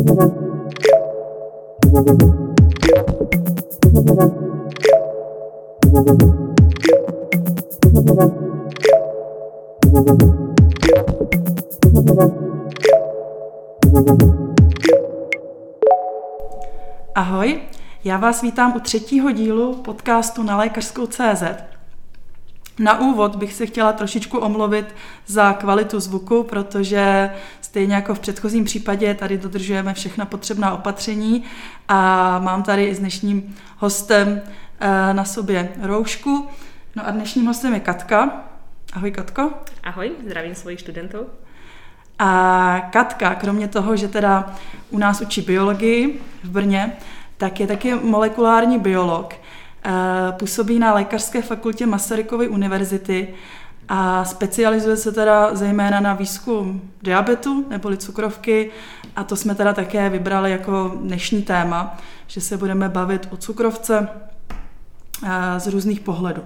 Ahoj, já vás vítám u 3. dílu podcastu Na lékařskou.cz. Na úvod bych se chtěla trošičku omluvit za kvalitu zvuku, protože stejně jako v předchozím případě tady dodržujeme všechna potřebná opatření a mám tady i s dnešním hostem na sobě roušku. No a dnešním hostem je Katka. Ahoj, Katko. Ahoj, zdravím svojich studentů. A Katka, kromě toho, že teda u nás učí biologii v Brně, tak je taky molekulární biolog. Působí na Lékařské fakultě Masarykovy univerzity a specializuje se teda zejména na výzkum diabetu neboli cukrovky a to jsme teda také vybrali jako dnešní téma, že se budeme bavit o cukrovce z různých pohledů.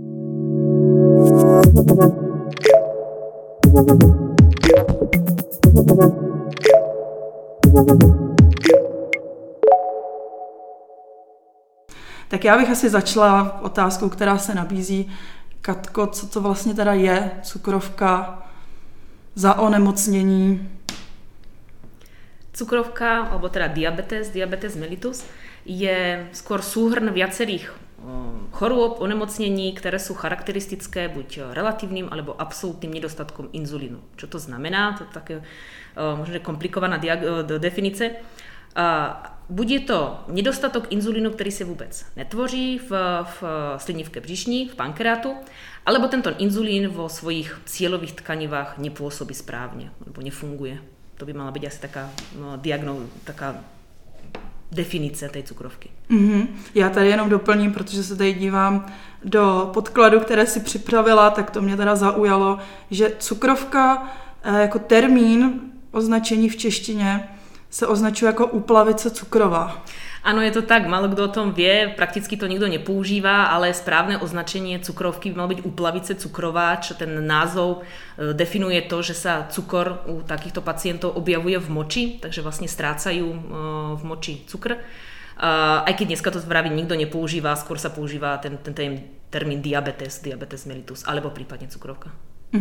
Tak já bych asi začala otázkou, která se nabízí. Katko, co to vlastně teda je cukrovka za onemocnění? Cukrovka, alebo teda diabetes mellitus, je skôr súhrn viacerých chorôb, onemocnení, ktoré sú charakteristické buď relatívnym alebo absolútnym nedostatkom inzulínu. Čo to znamená? To je také možno komplikovaná definice. Buď je to nedostatok inzulínu, ktorý sa vôbec netvoří v slinivke břišní, v pankreatu, alebo tento inzulín vo svojich cieľových tkanivách nepôsobí správne, alebo nefunguje. To by mala byť asi taká definice tej cukrovky. Já tady jenom doplním, protože se tady dívám do podkladu, které si připravila, tak to mě teda zaujalo, že cukrovka jako termín označení v češtině se označuje jako úplavice cukrová. Áno, je to tak, málo kto o tom vie, prakticky to nikto nepoužíva, ale správne označenie cukrovky by malo byť úplavice cukrová, čo ten názov definuje to, že sa cukor u takýchto pacientov objavuje v moči, takže vlastne strácajú v moči cukr. Aj keď dneska to vraví nikto nepoužíva, skôr sa používa ten termín diabetes mellitus, alebo prípadne cukrovka.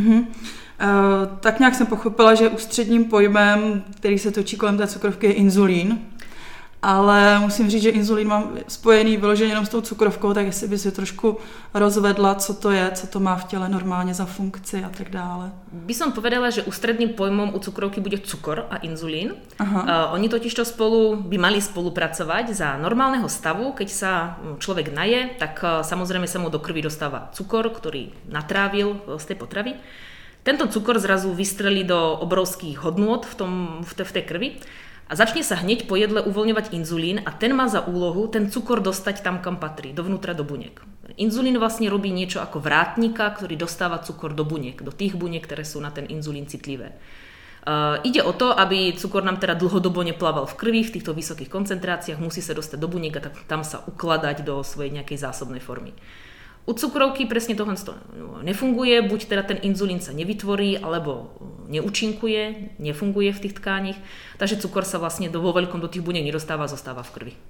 Tak nějak jsem pochopila, že ústředním pojmem, který se točí kolem té cukrovky, je inzulín. Ale musím říct, že inzulín mám spojený vyloženě jenom s tou cukrovkou, tak jestli by si trošku rozvedla, co to je, co to má v těle normálně za funkci a tak dále. By som povedala, že ústredným pojmom u cukrovky bude cukor a inzulín. Oni totižto by mali spolupracovať za normálneho stavu. Keď sa človek naje, tak samozrejme sa mu do krvi dostáva cukor, ktorý natrávil z tej potravy. Tento cukor zrazu vystrelí do obrovských hodnôt v tej krvi. A začne sa hneď po jedle uvoľňovať inzulín a ten má za úlohu ten cukor dostať tam, kam patrí, dovnútra do buniek. Inzulín vlastne robí niečo ako vrátnika, ktorý dostáva cukor do buniek, do tých buniek, ktoré sú na ten inzulín citlivé. Ide o to, aby cukor nám teda dlhodobo neplával v krvi, v týchto vysokých koncentráciách, musí sa dostať do buniek a tam sa ukladať do svojej nejakej zásobnej formy. U cukrovky presne tohle nefunguje, buď teda ten inzulín sa nevytvorí, alebo neúčinkuje, nefunguje v tých tkáních, takže cukor sa vlastne vo veľkom do tých buniek nedostáva, zostáva v krvi.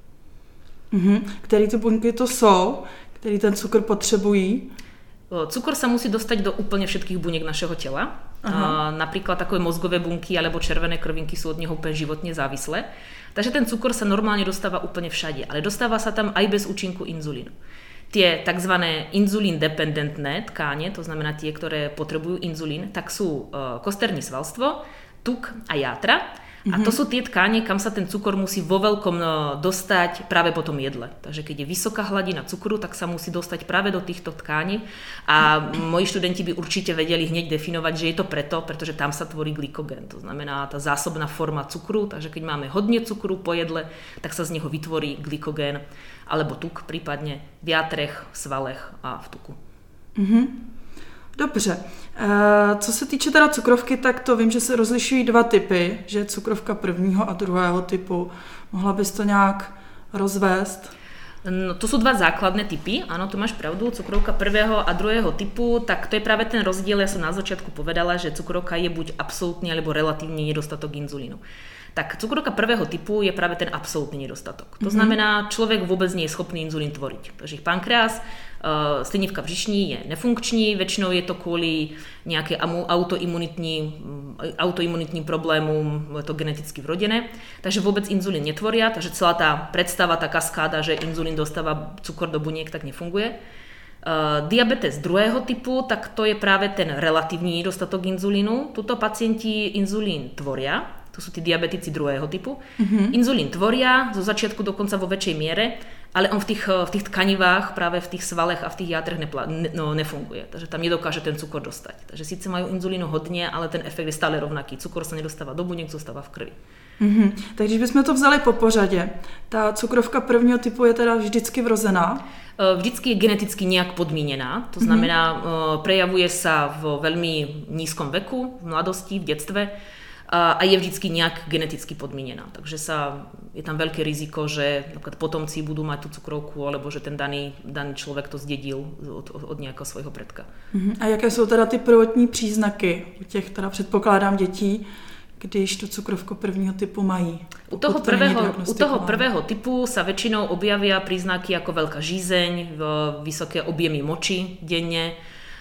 Který ty bunky to jsou, který ten cukor potřebují? Cukor sa musí dostať do úplne všetkých buniek našeho tela. Napríklad takové mozgové bunky alebo červené krvinky sú od neho úplne životne závislé. Takže ten cukor sa normálne dostáva úplne všade, ale dostáva sa tam aj bez účinku inzulínu. Tie tzv. Inzulín-dependentné tkáne, to znamená tie, ktoré potrebujú inzulín, tak sú kosterní svalstvo, tuk a játra. A to sú tie tkáne, kam sa ten cukor musí vo veľkom dostať práve po tom jedle. Takže keď je vysoká hladina cukru, tak sa musí dostať práve do týchto tkání. A moji študenti by určite vedeli hneď definovať, že je to pretože tam sa tvorí glykogén. To znamená tá zásobná forma cukru. Takže keď máme hodne cukru po jedle, tak sa z neho vytvorí glykogén alebo tuk, prípadne v játrech, svalech a v tuku. Dobře. Co se týče teda cukrovky, tak to vím, že se rozlišují dva typy, že je cukrovka prvního a druhého typu. Mohla bys to nějak rozvést? No, to sú dva základné typy, áno, tu máš pravdu, cukrovka prvého a druhého typu, tak to je práve ten rozdiel, ja som na začiatku povedala, že cukrovka je buď absolútny alebo relatívny nedostatok inzulínu. Tak cukrovka prvého typu je práve ten absolútny nedostatok. To znamená, človek vôbec nie je schopný inzulín tvoriť. Takže pankreas, slinivka v žišni je nefunkční, väčšinou je to kvôli nejaké autoimunitním problémom, je to geneticky vrodené, takže vôbec inzulín netvoria, takže celá tá predstava, tá kaskáda, že inzulín dostáva cukor do buniek, tak nefunguje. Diabetes druhého typu, tak to je práve ten relatívny nedostatok inzulínu. Tuto pacienti inzulín tvoria, to sú tí diabetici druhého typu. Inzulín tvoria zo začiatku dokonca vo väčšej miere, ale on v tých tkanivách, práve v tých svalech a v tých játrech nefunguje. Takže tam nedokáže ten cukor dostať. Takže síce majú inzulínu hodne, ale ten efekt je stále rovnaký. Cukor sa nedostáva do buniek, zostáva v krvi. Tak když bychom to vzali po pořadě, ta cukrovka prvního typu je teda vždycky vrozená? Vždycky je geneticky nejak podmienená, to znamená, prejavuje sa v veľmi nízkom veku, v mladosti, v detstve, a je vždycky nejak geneticky podmienená. Takže je tam veľké riziko, že napríklad potomci budú mať tú cukrovku, alebo že ten daný človek to zdedil od nejakého svojho predka. A jaké jsou teda ty prvotní příznaky u těch, teda předpokládám, dětí, když tu cukrovku prvního typu mají? U toho prvého typu sa väčšinou objavia príznaky ako veľká žízeň, vysoké objemy moči denne.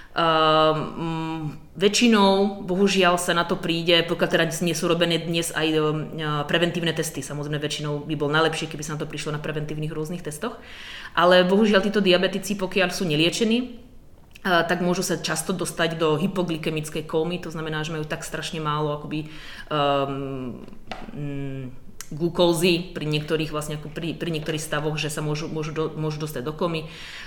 Väčšinou, bohužiaľ, sa na to príde, pokiaľ teda nie sú robené dnes aj preventívne testy. Samozrejme, väčšinou by bol najlepšie, keby sa na to prišlo na preventívnych rôznych testoch. Ale bohužiaľ, títo diabetici, pokiaľ sú neliečení, tak môžu sa často dostať do hypoglykemickej kómy, to znamená, že majú tak strašne málo akoby glukózy pri niektorých vlastne ako pri niektorých stavoch, že sa môžu dostať do komy.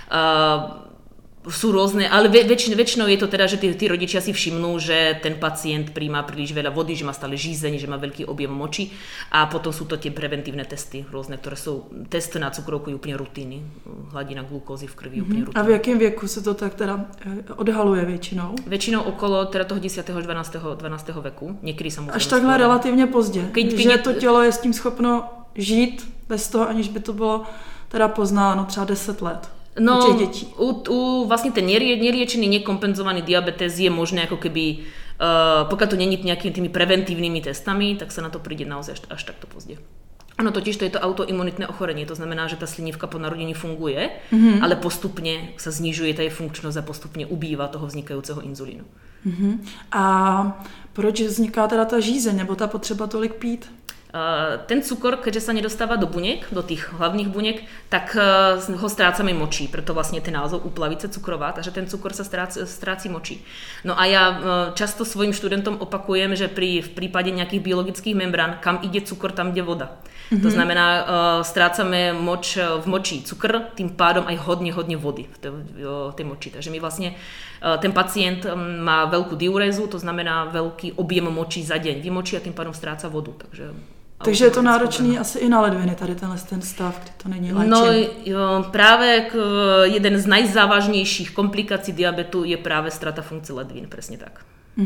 Sú rôzne, ale väčšinou je to teda, že tí rodičia si všimnú, že ten pacient príjma príliš veľa vody, že má stále žízeň, že má veľký objem moči a potom sú to tie preventívne testy rôzne, ktoré sú testy na cukrovku úplne rutíny, hladina glukózy v krvi úplne rutíny. A v jakém věku se to tak teda odhaluje většinou? Většinou okolo teda toho 10. až 12. veku, niekedy samozrejme. Až takhle relativně pozdě, že to tělo je s tím schopno žít bez toho, aniž by to bylo teda poznáno třeba 10 let. No, vlastne ten neriečený, nekompenzovaný diabetes je možné ako keby, pokiaľ to není nejakými tými preventívnymi testami, tak sa na to príde naozaj až takto pozdě. Ano, totiž to je to autoimunitné ochorenie, to znamená, že tá slinivka po narodení funguje, ale postupne sa znižuje tá jej funkčnosť a postupne ubýva toho vznikajúceho inzulínu. A proč vzniká teda ta žízeň, nebo ta potřeba tolik pít? Ten cukor, keďže sa nedostáva do buniek, do tých hlavných buniek, tak ho strácame močí, preto vlastne ten názov úplavice cukrová, takže ten cukor sa stráci močí. No a ja často svojim študentom opakujem, že v prípade nejakých biologických membrán, kam ide cukor, tam ide voda. To znamená, strácame v močí cukr, tým pádom aj hodne vody v tej moči. Takže my vlastne, ten pacient má veľkú diurézu, to znamená veľký objem močí za deň vymočí a tým pádom stráca vodu. Takže je to náročný asi i na ledviny, tady ten stav, kdy to není léčen. No práve jeden z najzávažnějších komplikací diabetu je právě strata funkce ledvin, přesně tak.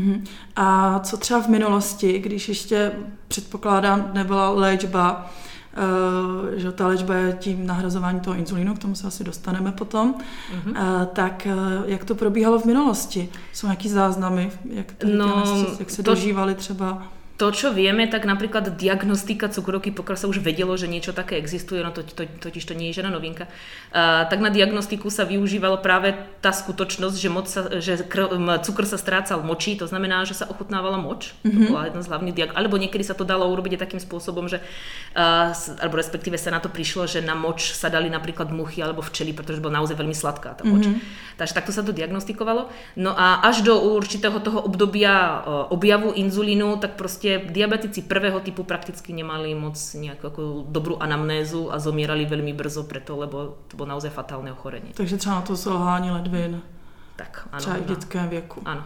A co třeba v minulosti, když ještě předpokládám nebyla léčba, že ta léčba je tím nahrazování toho inzulínu, k tomu se asi dostaneme potom, tak jak to probíhalo v minulosti? Jsou nějaký záznamy, jak se dožívali třeba? To, čo vieme, tak napríklad diagnostika cukrovky, pokiaľ sa už vedelo, že niečo také existuje, no totiž to nie je žiadna novinka, tak na diagnostiku sa využívalo práve tá skutočnosť, že cukr sa strácal v moči, to znamená, že sa ochutnávala moč, to bola jedna z hlavných diagnóz, alebo niekedy sa to dalo urobiť takým spôsobom, že, alebo respektíve sa na to prišlo, že na moč sa dali napríklad muchy alebo včely, pretože bola naozaj veľmi sladká tá moč. Takže takto sa to diagnostikovalo. No a až do určitého toho obdobia objavu inzulínu, tak proste diabetici prvého typu prakticky nemali moc nejakú dobrú anamnézu a zomierali veľmi brzo preto, lebo to bolo naozaj fatálne ochorenie. Takže třeba na to selhání ledvin. Tak, ano. Třeba i v dětském věku. Ano.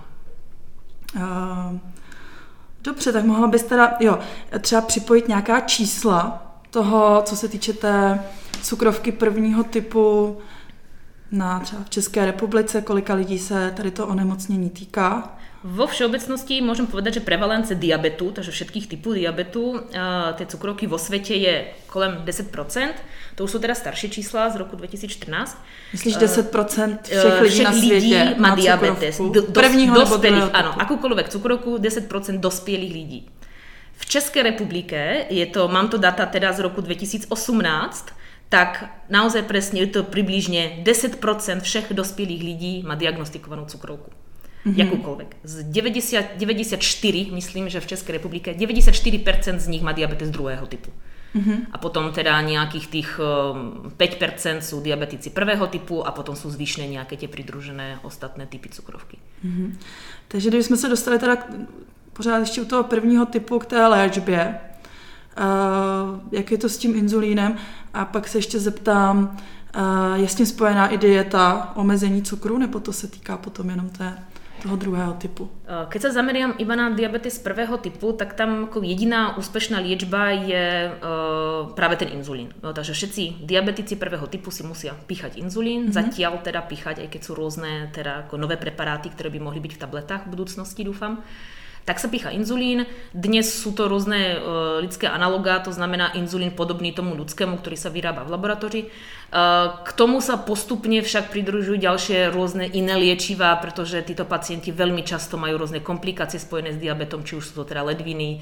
Dobře, tak mohla bys teda třeba připojit nějaká čísla toho, co se týče té cukrovky prvního typu na třeba v České republice, kolika lidí se tady to onemocnění týká? Vo všeobecnosti môžem povedať, že prevalence diabetu, takže všetkých typů diabetu, tie cukrovky vo svete je kolem 10%. To už sú teda staršie čísla z roku 2014. Myslíš 10% všech lidí na světě má diabetes? Prvního nebo druhého typu? Áno, akúkoľvek cukrovku, 10% dospělých lidí. V České republike je to, mám to data teda z roku 2018, tak naozaj presne je to približne 10% všech dospělých lidí má diagnostikovanú cukrovku. Jakúkoľvek. Z 94, myslím, že v Českej republike 94% z nich má diabetes druhého typu. A potom teda nejakých tých 5% sú diabetici prvého typu a potom sú zvyšné nejaké tie pridružené ostatné typy cukrovky. Takže kdybychom se dostali teda pořád ještě u toho prvního typu k té léčbě, jak je to s tím inzulínem, a pak se ještě zeptám, je s tím spojená i dieta, omezení cukru, nebo to se týká potom jenom toho druhého typu? Keď sa zameriam iba na diabetes prvého typu, tak tam ako jediná úspešná liečba je práve ten inzulín. Takže všetci diabetici prvého typu si musia píchať inzulín, zatiaľ teda píchať, aj keď sú rôzne teda ako nové preparáty, ktoré by mohli byť v tabletách v budúcnosti, dúfam. Tak sa pícha inzulín. Dnes sú to rôzne ľudské analogá, to znamená inzulín podobný tomu ľudskému, ktorý sa vyrába v laboratórii. K tomu sa postupne však pridružujú ďalšie rôzne iné liečivá, pretože títo pacienti veľmi často majú rôzne komplikácie spojené s diabetom, či už sú to teda ledviny,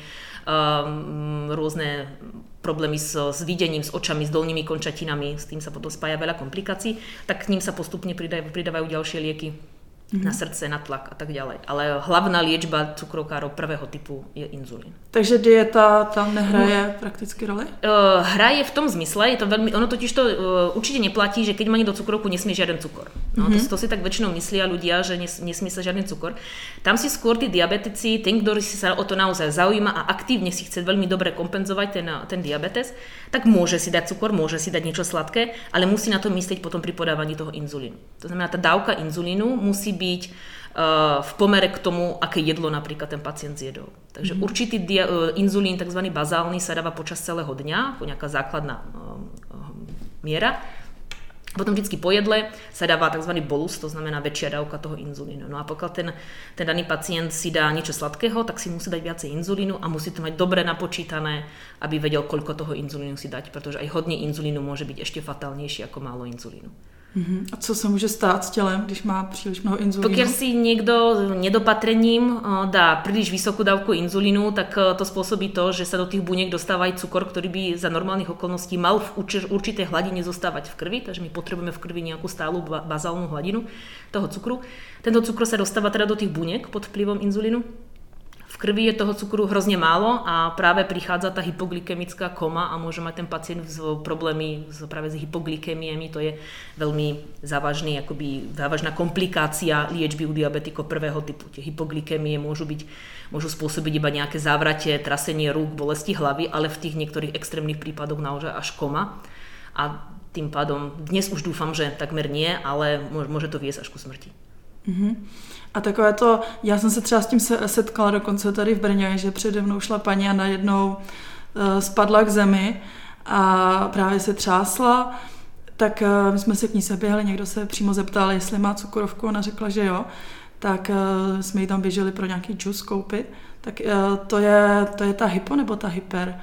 rôzne problémy s videním, s očami, s dolnými končatinami, s tým sa potom spája veľa komplikácií, tak k ním sa postupne pridávajú ďalšie lieky na srdce, na tlak a tak ďalej. Ale hlavná liečba cukrovkárov prvého typu je inzulín. Takže dieta tam nehraje prakticky roli? Hraje v tom zmysle, je to veľmi, ono totiž to určite neplatí, že keď má niekto cukrovku, nesmie žiaden cukor. No, to si tak väčšinou myslia ľudia, že nesmie sa žiaden cukor. Tam si skôr tí diabetici, ten, ktorý si sa o to naozaj zaujíma a aktívne si chce veľmi dobre kompenzovať ten diabetes, tak môže si dať cukor, môže si dať niečo sladké, ale musí na to myslieť potom pri podávaní toho inzulínu. To znamená, tá dávka inzulínu musí byť v pomere k tomu, aké jedlo napríklad ten pacient zjedol. Takže určitý inzulín, tzv. Bazálny, sa dáva počas celého dňa, ako nejaká základná miera. Potom vždycky po jedle sa dáva tzv. Bolus, to znamená väčšia dávka toho inzulínu. No a pokiaľ ten daný pacient si dá niečo sladkého, tak si musí dať viacej inzulínu a musí to mať dobre napočítané, aby vedel, koľko toho inzulínu si dať, pretože aj hodne inzulínu môže byť ešte fatálnejšie ako málo inzulínu. A co se může stát s tělem, když má příliš mnoho inzulínu? Pokiaľ si niekto nedopatrením dá príliš vysokú dávku inzulínu, tak to spôsobí to, že sa do tých buniek dostáva aj cukor, ktorý by za normálnych okolností mal v určitej hladine zostávať v krvi, takže my potrebujeme v krvi nejakú stálu bazálnu hladinu toho cukru. Tento cukor sa dostáva teda do tých buniek pod vplyvom inzulínu. V krvi je toho cukru hrozne málo a práve prichádza tá hypoglykemická koma a môže mať ten pacient problémy práve s hypoglykemiemi. To je veľmi závažná komplikácia liečby u diabetikov prvého typu. Tie hypoglykemie môžu spôsobiť iba nejaké závratie, trasenie rúk, bolesti hlavy, ale v tých niektorých extrémnych prípadoch naozaj až koma. A tým pádom dnes už dúfam, že takmer nie, ale môže to viesť až ku smrti. A takové to, já jsem se třeba s tím setkala dokonce tady v Brně, že přede mnou šla paní a najednou spadla k zemi a právě se třásla, tak my jsme se k ní seběhli, někdo se přímo zeptal, jestli má cukrovku, ona řekla, že jo, tak jsme jí tam běželi pro nějaký džus koupit, tak to je ta hypo nebo ta hyper?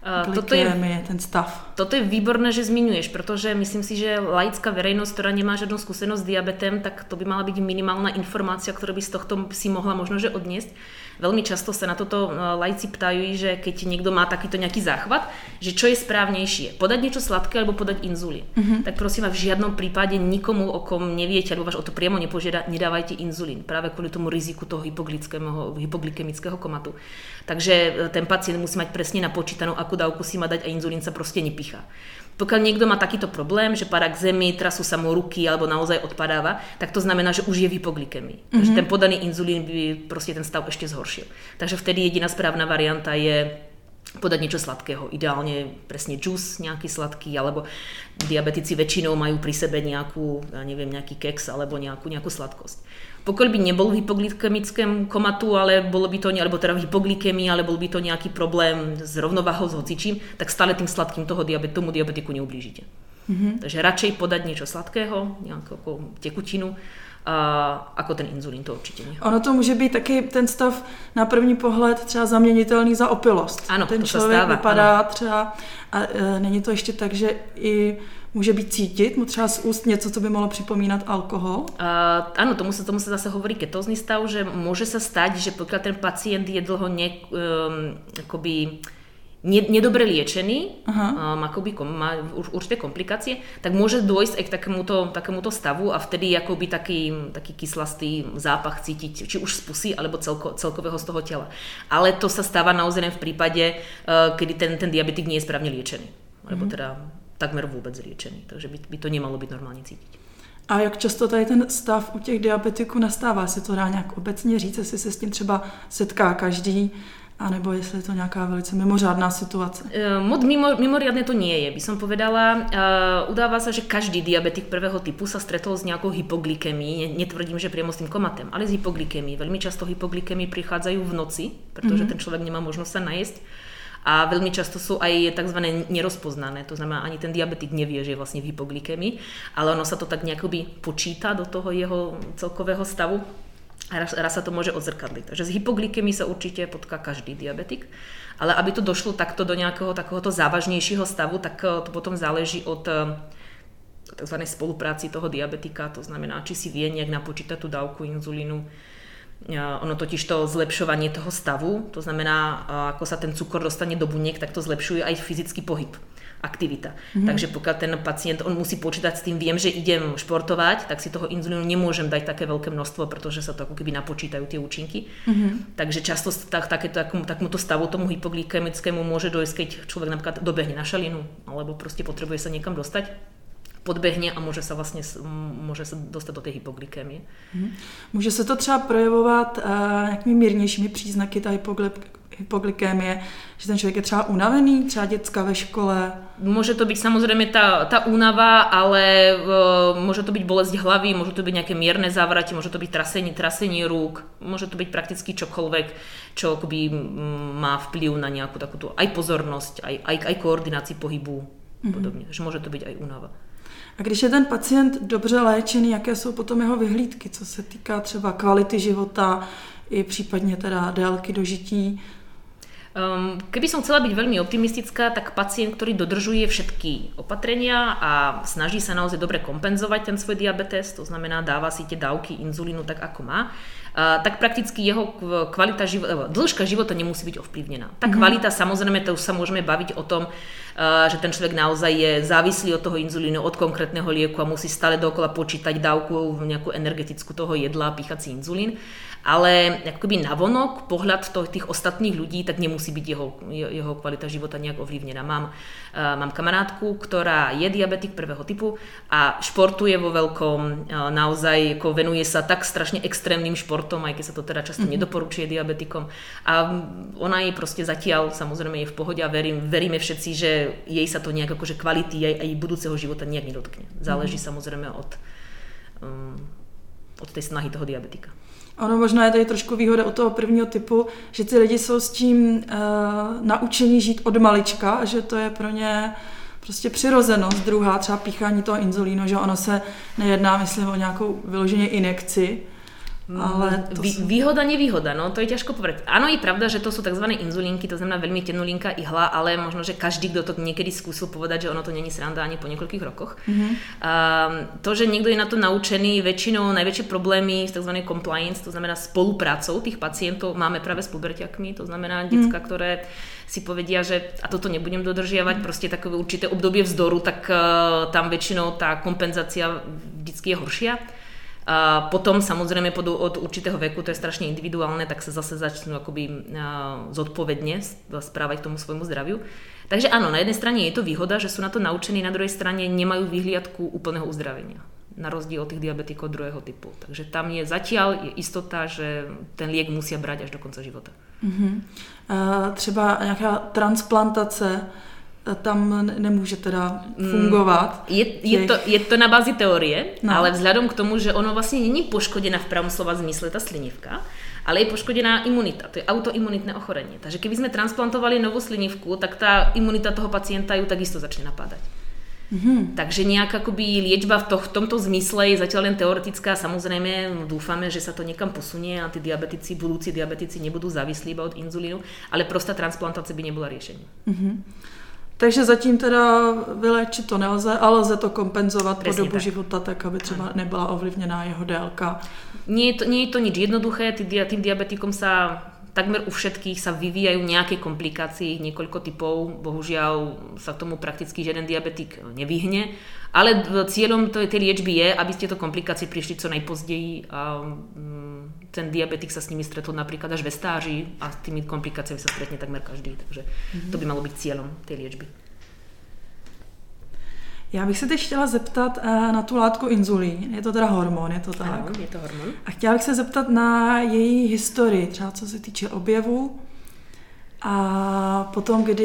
Ten stav. Toto je výborné, že zmiňuješ, pretože myslím si, že laická verejnosť, ktorá nemá žiadnu skúsenosť s diabetem, tak to by mala byť minimálna informácia, ktorú by z tohto si mohla možno že odniesť. Veľmi často sa na toto laici ptajú, že keď niekto má takýto nejaký záchvat, že čo je správnejšie, podať niečo sladké alebo podať inzulín. Tak prosím vás, v žiadnom prípade nikomu, o kom neviete, alebo vás o to priamo nepožiada, nedávajte inzulín, práve kvôli tomu riziku toho hypoglykemického komatu. Takže ten pacient musí mať presne napočítanú, akú dávku si má dať a inzulín sa proste nepícha. Pokiaľ niekto má takýto problém, že padá k zemi, trasú sa mu ruky alebo naozaj odpadáva, tak to znamená, že už je v hypoglykemii. Takže ten podaný inzulín by proste ten stav ešte zhoršil. Takže vtedy jediná správna varianta je podať niečo sladkého. Ideálne presne džus nejaký sladký, alebo diabetici väčšinou majú pri sebe nejaký keks alebo nejakú sladkosť. Pokiaľ by nebol v hypoglykemickom komatu, ale bolo by to, alebo teda v hypoglykemii, ale bol by to nejaký problém s rovnováhou, s hocičím, tak stále tým sladkým tomu diabetiku neublížite. Takže radšej podať niečo sladkého, nejakú tekutinu ako ten inzulín, to určitě nie. Ono to může být taky ten stav na první pohled třeba zaměnitelný za opilost. Ano, ten to člověk se stává, vypadá ano. třeba, a není to ještě tak, že i může být cítit mu třeba z úst něco, co by mohlo připomínat alkohol? Áno, tomu sa zase hovorí ketózny stav, že môže sa stať, že pokiaľ ten pacient je dlho nedobre liečený, má určité komplikácie, tak môže dôjsť aj k takémuto stavu a vtedy akoby taký kyslastý zápach cítiť, či už z pusy, alebo celkového z toho tela. Ale to sa stáva naozaj v prípade, kedy ten diabetik nie je správne liečený. Alebo teda takmer vůbec liečený, takže by to nemalo být normálně cítit. A jak často tady ten stav u těch diabetiků nastává? Se to dá nějak obecně říct, jestli se s tím třeba setká každý, anebo jestli je to nějaká velice mimořádná situace? Moc mimoriadne to nie je, by som povedala. Udáva sa, že každý diabetik prvého typu sa stretol s nejakou hypoglykemií. Netvrdím, že priamo s tým komatem, ale s hypoglykemií. Veľmi často hypoglykemii prichádzajú v noci, pretože ten človek nemá možnosť sa najesť. A veľmi často sú aj tzv. Nerozpoznané, to znamená, ani ten diabetik nevie, že je vlastne v hypoglykemii, ale ono sa to tak nejakoby počíta do toho jeho celkového stavu a raz sa to môže odzrkadliť. Takže z hypoglykemii sa určite potká každý diabetik, ale aby to došlo takto do nejakého takéhoto závažnejšieho stavu, tak to potom záleží od tzv. Spolupráci toho diabetika, to znamená, či si vie nejak napočítať tú dávku inzulínu. Ono totiž to zlepšovanie toho stavu, to znamená, ako sa ten cukor dostane do buniek, tak to zlepšuje aj fyzický pohyb, aktivita. Takže pokiaľ ten pacient, on musí počítať s tým, viem, že idem športovať, tak si toho inzulínu nemôžem dať také veľké množstvo, pretože sa to ako keby napočítajú tie účinky. Takže často takémuto stavu, tomu hypoglykemickému môže dojsť, keď človek napríklad dobehne na šalinu, alebo proste potrebuje sa niekam dostať, podbehne a může se dostat do té hypoglykémie. Může se to třeba projevovat nějakými mírnějšími příznaky ta hypoglykémie, že ten člověk je třeba unavený, třeba děcka ve škole? Může to být samozřejmě ta únava, ale může to být bolesť hlavy, může to být nějaké mierne závratí, může to být trasení rúk, může to být prakticky čokoľvek, čo akoby má vplyv na nějakou takovou aj pozornosť, aj koordinácii pohybu podobně, že může to být aj únava. A když je ten pacient dobře léčený, jaké jsou potom jeho vyhlídky, co se týká třeba kvality života i případně teda délky dožití? Keby som chcela byť veľmi optimistická, tak pacient, ktorý dodržuje všetky opatrenia a snaží sa naozaj dobre kompenzovať ten svoj diabetes, to znamená dáva si tie dávky inzulínu tak, ako má, tak prakticky jeho dĺžka života nemusí byť ovplyvnená. Tá kvalita, samozrejme, to už sa môžeme baviť o tom, že ten človek naozaj je závislý od toho inzulínu, od konkrétneho lieku a musí stále dookola počítať dávku, nejakú energetickú toho jedla, píchať si inzulín. Ale akoby navonok pohľad tých ostatných ľudí, tak nemusí byť jeho kvalita života nejak ovlivnená. Mám kamarátku, ktorá je diabetik prvého typu a športuje vo veľkom, naozaj ako venuje sa tak strašne extrémnym športom, aj keď sa to teda často nedoporučuje diabetikom. A ona jej proste zatiaľ, samozrejme je v pohode a veríme všetci, že jej sa to nejak akože kvality aj budúceho života nejak nedotkne. Záleží samozrejme od tej snahy toho diabetika. Ono možná je tady trošku výhoda od toho prvního typu, že ty lidi jsou s tím naučení žít od malička, že to je pro ně prostě přirozenost. Druhá třeba píchání toho inzulínu, že ono se nejedná, myslím, o nějakou vyloženě injekci. Ale výhoda, nevýhoda, no to je ťažko povedať. Áno, je pravda, že to sú tzv. Inzulínky, to znamená veľmi tenulinká ihla, ale možno, že každý, kto to niekedy skúsil povedať, že ono to není sranda ani po niekoľkých rokoch. To, že niekto je na to naučený, väčšinou najväčšie problémy s tzv. Compliance, to znamená spoluprácou tých pacientov, máme práve s puberťakmi, to znamená decka, ktoré si povedia, že a toto nebudem dodržiavať, proste takové určité obdobie vzdoru, tak tam väčšinou tá kompenzácia vždycky je horšia. A potom samozrejme od určitého veku, to je strašne individuálne, tak sa zase začnú akoby zodpovedne správať k tomu svojmu zdraviu. Takže áno, na jednej strane je to výhoda, že sú na to naučení, na druhej strane nemajú vyhliadku úplného uzdravenia. Na rozdiel od tých diabetikov druhého typu. Takže tam je zatiaľ istota, že ten liek musia brať až do konca života. Třeba nejaká transplantace tam nemůže teda fungovat. Je to na bázi teórie, ale vzhľadom k tomu, že ono vlastne není poškodená v pravom slova zmysle tá slinivka, ale je poškodená imunita. To je autoimunitné ochorenie. Takže keby sme transplantovali novú slinivku, tak tá imunita toho pacienta ju takisto začne napádať. Takže nejak akoby liečba v tomto zmysle je zatiaľ len teoretická. Samozrejme dúfame, že sa to niekam posunie a tí budúci diabetici nebudú závislí iba od inzulínu, ale prostá transplantácia by nebola riešením. Takže zatím teda vyléčit to nelze, ale lze to kompenzovat po dobu tak. života, tak aby třeba nebyla ovlivněná jeho délka. Nie je to nič jednoduché, tým diabetikom sa takmer u všetkých sa vyvíjajú nejaké komplikácie, niekoľko typov, bohužiaľ sa k tomu prakticky žiaden diabetik nevyhne, ale cieľom tej liečby je, aby tieto komplikácie prišli co najpozději a ten diabetik sa s nimi stretol napríklad až ve stáži a s tými komplikáciami sa stretne takmer každý, takže to by malo byť cieľom tej liečby. Já bych se teď chtěla zeptat na tu látku inzulín. Je to teda hormon, je to tak? Ano, je to hormon. A chtěla bych se zeptat na její historii, třeba co se týče objevu. A potom, kdy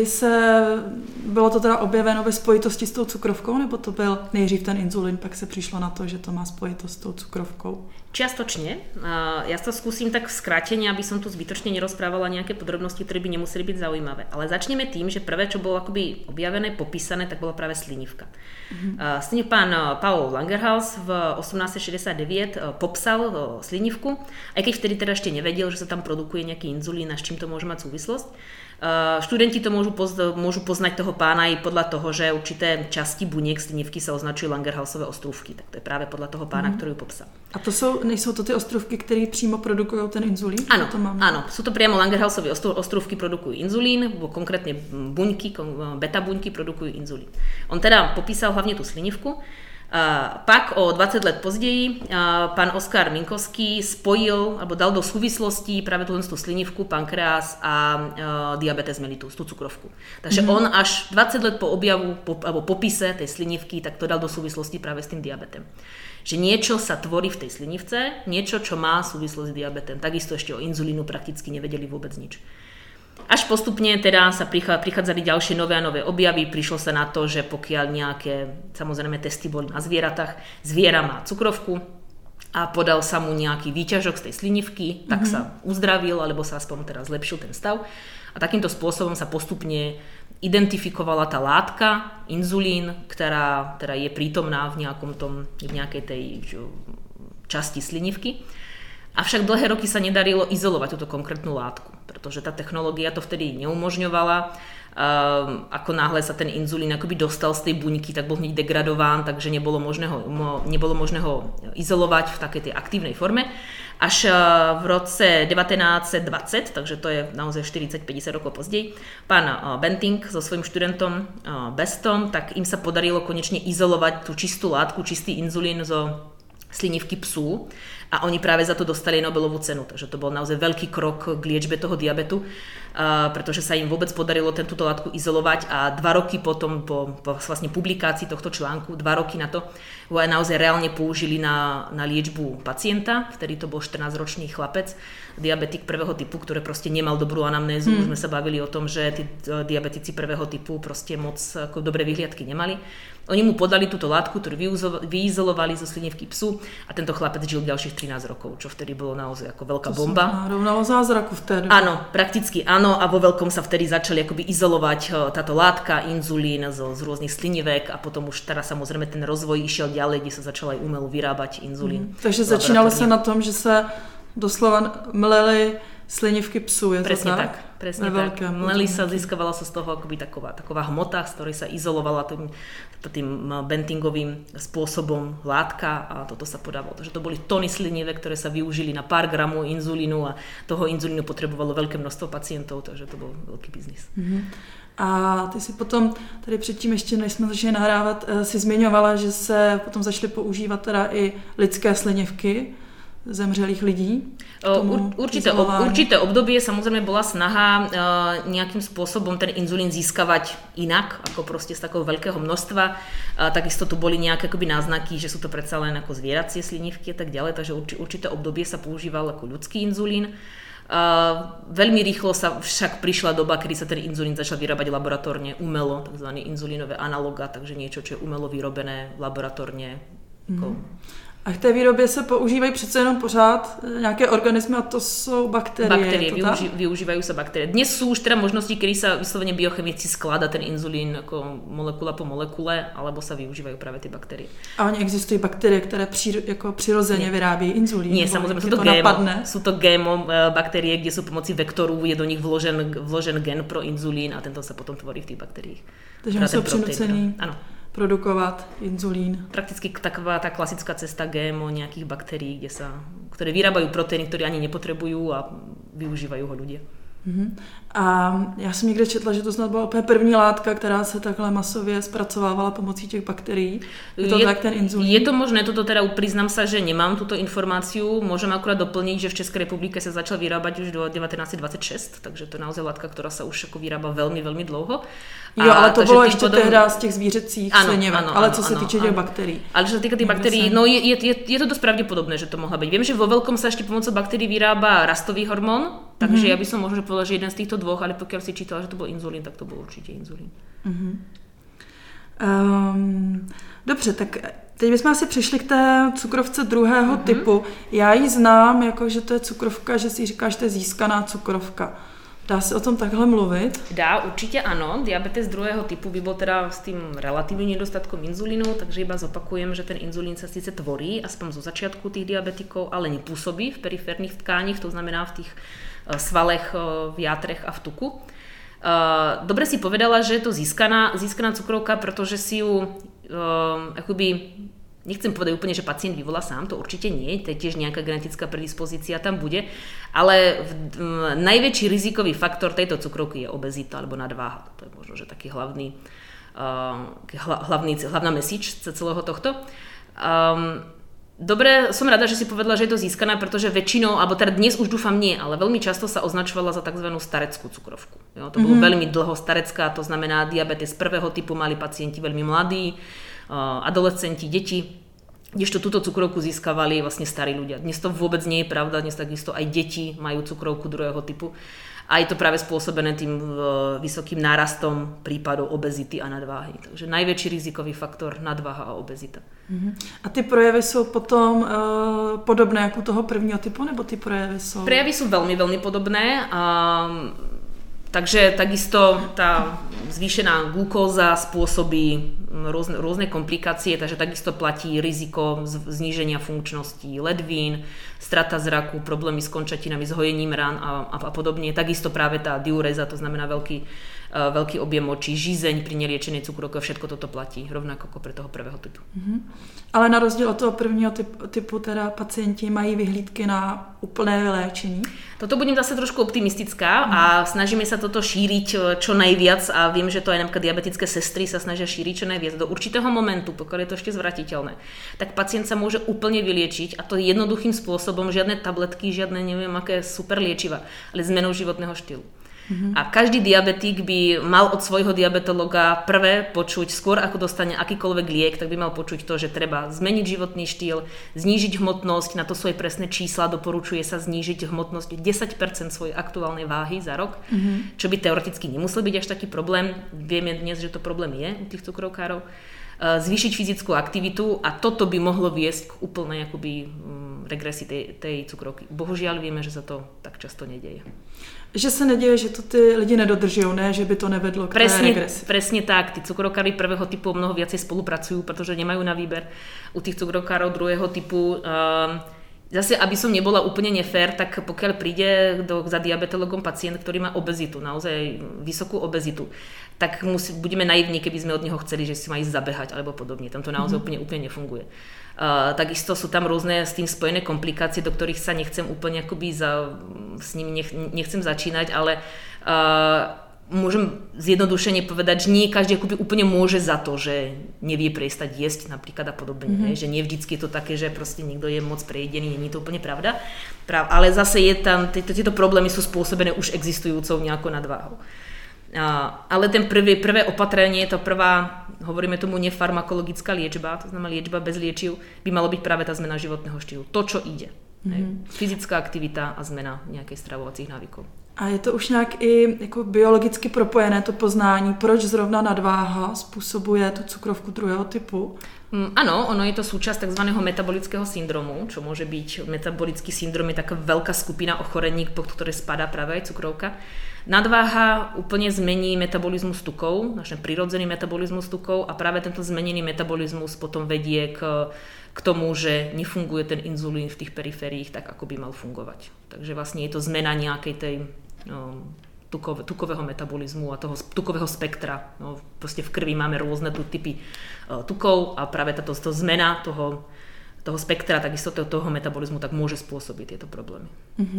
bylo to teda objeveno ve spojitosti s tou cukrovkou, nebo to byl nejdřív ten inzulín, pak se přišlo na to, že to má spojitost s tou cukrovkou? Čiastočne. Ja to skúsim tak v skrátení, aby som tu zbytočne nerozprávala nejaké podrobnosti, ktoré by nemuseli byť zaujímavé. Ale začneme tým, že prvé, čo bolo akoby objavené, popísané, tak bola práve slinivka. Pán Paul Langerhans v 1869 popsal slinivku, aj keď vtedy teda ešte nevedel, že sa tam produkuje nejaký inzulín a s čím to môže mať súvislosť. Študenti to môžu poznať toho pána aj podľa toho, že určité časti buniek slinivky sa označujú Langerhansové ostrůvky. Tak to je práve podľa toho pána, ktorý ju popsal. A to nejsou to ty ostrůvky, které přímo produkují ten inzulín? Áno, sú to priamo Langerhansové ostrůvky, produkujú inzulín, konkrétne buňky, beta buňky produkujú inzulín. On teda popísal hlavne tú slinivku. Pak o 20 let později pán Oskar Minkowski spojil, alebo dal do súvislostí práve tú slinivku, pankreas a diabetes mellitus, tú cukrovku. Takže on až 20 let po objavu, alebo popise tej slinivky, tak to dal do súvislosti práve s tým diabetem. Že niečo sa tvorí v tej slinivce, niečo, čo má súvislosť s diabetem. Takisto ešte o inzulínu prakticky nevedeli vôbec nič. Až postupne teda sa prichádzali ďalšie nové a nové objavy, prišlo sa na to, že pokiaľ nejaké, samozrejme testy boli na zvieratách, zviera má cukrovku a podal sa mu nejaký výťažok z tej slinivky, tak sa uzdravil, alebo sa aspoň teraz zlepšil ten stav. A takýmto spôsobom sa postupne identifikovala tá látka, inzulín, ktorá je prítomná v nejakej tej časti slinivky. Avšak dlhé roky sa nedarilo izolovať túto konkrétnu látku, pretože tá technológia to vtedy neumožňovala. Ako náhle sa ten inzulín akoby dostal z tej buňky, tak bol hneď degradován, takže nebolo možné ho izolovať v takej tej aktívnej forme. Až v roce 1920, takže to je naozaj 40-50 rokov později, pán Benting so svojím študentom Bestom, tak im sa podarilo konečne izolovať tú čistú látku, čistý inzulín zo slinivky psů a oni práve za to dostali Nobelovú cenu, takže to bol naozaj veľký krok k liečbe toho diabetu, pretože sa im vôbec podarilo túto látku izolovať a 2 roky potom po vlastne publikácii tohto článku, 2 roky na to ho aj naozaj reálne použili na liečbu pacienta, vtedy to bol 14-ročný chlapec, diabetik prvého typu, ktorý proste nemal dobrú anamnézu, už sme sa bavili o tom, že tí diabetici prvého typu proste moc ako dobré vyhliadky nemali. Oni mu podali túto látku, ktorú vyizolovali zo slinivky psu a tento chlapec žil ďalších 13 rokov, čo vtedy bolo naozaj ako veľká bomba. To rovnalo zázraku vtedy. Áno, prakticky áno a vo veľkom sa vtedy začali akoby izolovať táto látka, inzulín z rôznych slinivek a potom už teraz samozrejme ten rozvoj išiel ďalej, kde sa začal aj umelo vyrábať inzulín. Takže začínalo sa na tom, že sa doslova mleli slinivky psů, je presne to tak? Presne tak. Mleli sa, získavala sa z toho akoby taková hmota, z ktorej sa izolovala tým Bentingovým spôsobom látka a toto sa podávalo. Takže to boli tony slinivek, ktoré sa využili na pár gramov inzulínu a toho inzulínu potrebovalo veľké množstvo pacientov, takže to bol veľký biznis. A ty si potom, tady předtím ještě než jsme začali nahrávat, si zmiňovala, že se potom začaly používat teda i lidské slinivky zemřelých lidí? Určité obdobie samozrejme bola snaha nejakým spôsobom ten inzulín získavať inak, ako proste z takého veľkého množstva. Takisto tu boli nejaké akoby náznaky, že sú to predsa len ako zvieracie slinivky a tak ďalej, takže určité obdobie sa používal ako ľudský inzulín. Veľmi rýchlo sa však prišla doba, kedy sa ten inzulín začal vyrábať laboratórne umelo, takzvané inzulínové analoga, takže niečo, čo je umelo vyrobené laboratórne. A v té výrobě se používají přece jenom pořád nějaké organismy a to jsou bakterie. Bakterie, využívajú sa bakterie. Dnes sú už teda možnosti, kedy sa vyslovene biochemici skladá ten inzulín ako molekula po molekule, alebo sa využívajú práve tie bakterie. A oni existují bakterie, které jako přirozeně vyrábí inzulín? Nie, samozrejme, sú to GMO bakterie, kde sú pomocí vektoru, je do nich vložen gen pro inzulín a tento sa potom tvorí v tých bakteriích. Takže jsou přinucení produkovat inzulín. Prakticky taková tá klasická cesta GMO nejakých baktérií, ktoré vyrábajú proteíny, ktoré ani nepotrebujú a využívajú ho ľudia. A já jsem někde četla, že to snad byla úplně první látka, která se takhle masově zpracovávala pomocí těch bakterií. Je to tak ten inzulín? Je to možné, toto teda priznám sa, že nemám túto informáciu. Môžem akurát doplniť, že v Českej republike sa začal vyrábať už do 1926, takže to je naozaj látka, ktorá sa už ako vyrába veľmi, veľmi dlouho. Jo, ale to bylo ještě tehda z těch zvířecích slinivek, ale co se týče těch bakterií. Ale čo sa týka tých baktérií, no je to dosť pravdepodobné, že to mohla byť. Viem, že vo veľkom sa ešte pomocou baktérií vyrába rastový hormón, takže ja by som možno povedala, že jeden z týchto dvoch, ale pokiaľ si čítala, že to bol inzulín, tak to bol určite inzulín. Dobře, tak teď bychom asi přišli k té cukrovce druhého typu. Já ji znám, jako že to je cukrovka, že si říkáš, že to je získaná cukrovka. Dá se o tom takhle mluvit? Dá, určite áno. Diabetes druhého typu by bol teda s tým relatívnym nedostatkom inzulínu, takže iba zopakujem, že ten inzulín sa síce tvorí, aspoň zo začiatku tých diabetikov, ale nepôsobí v periférnych tkáních, to znamená v tých svalech, v játrech a v tuku. Dobre si povedala, že je to získaná cukrovka, pretože si ju akoby... Nechcem povedať úplne, že pacient vyvolá sám, to určite nie, to je tiež nejaká genetická predispozícia tam bude, ale najväčší rizikový faktor tejto cukrovky je obezita alebo nadváha. To je možno, že taký hlavná message celého tohto. Dobre, som rada, že si povedala, že je to získaná, pretože väčšinou, alebo teda dnes už dúfam nie, ale veľmi často sa označovala za tzv. Stareckú cukrovku. Jo, to bolo veľmi dlho starecká, to znamená diabetes prvého typu mali pacienti veľmi mladí, adolescenti, deti, kdežto túto cukrovku získavali vlastne starí ľudia. Dnes to vôbec nie je pravda, dnes takisto aj deti majú cukrovku druhého typu a je to práve spôsobené tým vysokým nárastom prípadov obezity a nadváhy. Takže najväčší rizikový faktor nadváha a obezita. A ty projevy sú potom podobné ako u toho prvního typu, nebo ty projevy sú? Prejavy sú veľmi, veľmi podobné. Takže takisto tá zvýšená glukóza spôsobí rôzne komplikácie, takže takisto platí riziko zníženia funkčnosti ledvín, strata zraku, problémy s končatinami, s hojením rán a podobne. Takisto práve tá diuréza, to znamená veľký objem močí, žízeň pri neliečenej cukrovke, všetko toto platí, rovnako ako pre toho prvého typu. Ale na rozdíl od toho prvního typu teda pacienti mají vyhlídky na úplné vyléčení? Toto budem zase trošku optimistická a snažíme sa toto šíriť čo najviac a viem, že to aj napríklad diabetické sestry sa snažia šíriť čo najviac. Do určitého momentu, pokiaľ je to ešte zvratiteľné, tak pacient sa môže úplne vyliečiť a to jednoduchým spôsobom, žiadne tabletky, žiadne neviem aké super liečiva, ale zmenou životného štýlu. A každý diabetik by mal od svojho diabetologa prvé počuť, skôr ako dostane akýkoľvek liek, tak by mal počuť to, že treba zmeniť životný štýl, znížiť hmotnosť, na to sú aj presné čísla, doporučuje sa znížiť hmotnosť 10% svojej aktuálnej váhy za rok, čo by teoreticky nemusel byť až taký problém. Vieme dnes, že to problém je u tých cukrovkárov. Zvýšiť fyzickú aktivitu a toto by mohlo viesť k úplnej akoby regresii tej cukrovky. Bohužiaľ vieme, že sa to tak často nedeje. Že se neděje, že to ty lidi nedodržujú, ne? Že by to nevedlo k té regresi. Presne tak. Tí cukrovkári prvého typu mnoho viacej spolupracujú, pretože nemajú na výber. U tých cukrovkárov druhého typu zase, aby som nebola úplne nefér, tak pokiaľ príde za diabetologom pacient, ktorý má obezitu, naozaj vysokú obezitu, tak budeme naivní, keby sme od neho chceli, že si má ísť zabehať alebo podobne. Tam to naozaj úplne nefunguje. Takisto sú tam rôzne s tým spojené komplikácie, do ktorých sa nechcem úplne akoby s nimi nechcem začínať, ale môžem zjednodušene povedať, že nie každý akoby úplne môže za to, že nevie prestať jesť napríklad a podobne, že nie vždycky je to také, že proste niekto je moc prejedený, nie je to úplne pravda, ale zase je tam, tieto problémy sú spôsobené už existujúcou nejakou nadváhou. Ale ten prvé opatrenie, to prvá, hovoríme tomu nefarmakologická liečba, to znamená liečba bez liečiv, by malo byť práve tá zmena životného štýlu. To, čo ide. Fyzická aktivita a zmena nejakej stravovacích návykov. A je to už nějak i jako biologicky propojené to poznání, proč zrovna nadváha způsobuje tu cukrovku druhého typu? Áno, ono je to súčasť tzv. Metabolického syndromu, čo môže byť, metabolický syndrom je taká veľká skupina ochorení, pod ktoré spadá práve aj cukrovka. Nadváha úplne zmení metabolizmus tukov, náš prirodzený metabolizmus tukov a práve tento zmenený metabolizmus potom vedie k tomu, že nefunguje ten inzulín v tých perifériích tak, ako by mal fungovať. Takže vlastne je to zmena nejakej tej tukového metabolizmu a toho tukového spektra. No, proste v krvi máme rôzne typy tukov a práve táto zmena toho spektra, takisto toho metabolizmu, tak môže spôsobiť tieto problémy.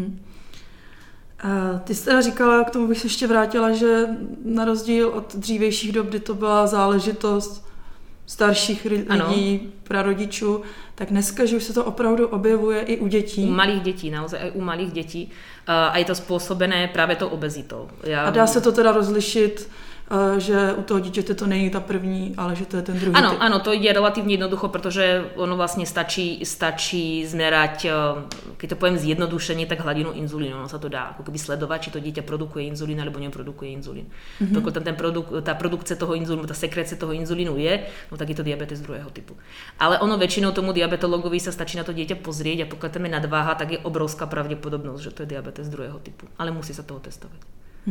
A ty jsi teda říkala, k tomu bych se ještě vrátila, že na rozdíl od dřívějších dob, kdy to byla záležitost starších lidí, prarodičů, tak dneska, že už se to opravdu objevuje i u dětí. U malých dětí, naozaj aj u malých dětí. A je to spôsobené práve tou obezitou. A dá se to teda rozlišit, že u toho dítěte to není ta první, ale že to je ten druhý typ. Áno, to ide relatívne jednoducho, pretože ono vlastne stačí zmerať, keď to poviem zjednodušenie, tak hladinu inzulínu. Ono sa to dá ako keby sledovať, či to dieťa produkuje inzulín alebo neprodukuje inzulín. Pokud tá produkcia toho inzulínu, tá sekrécia toho inzulínu je, no tak je to diabetes druhého typu. Ale ono väčšinou tomu diabetologovi sa stačí na to dieťa pozrieť a pokiaľ tam je nadváha, tak je obrovská pravdepodobnosť, že to je diabetes druhého typu. Ale musí sa toho testovať.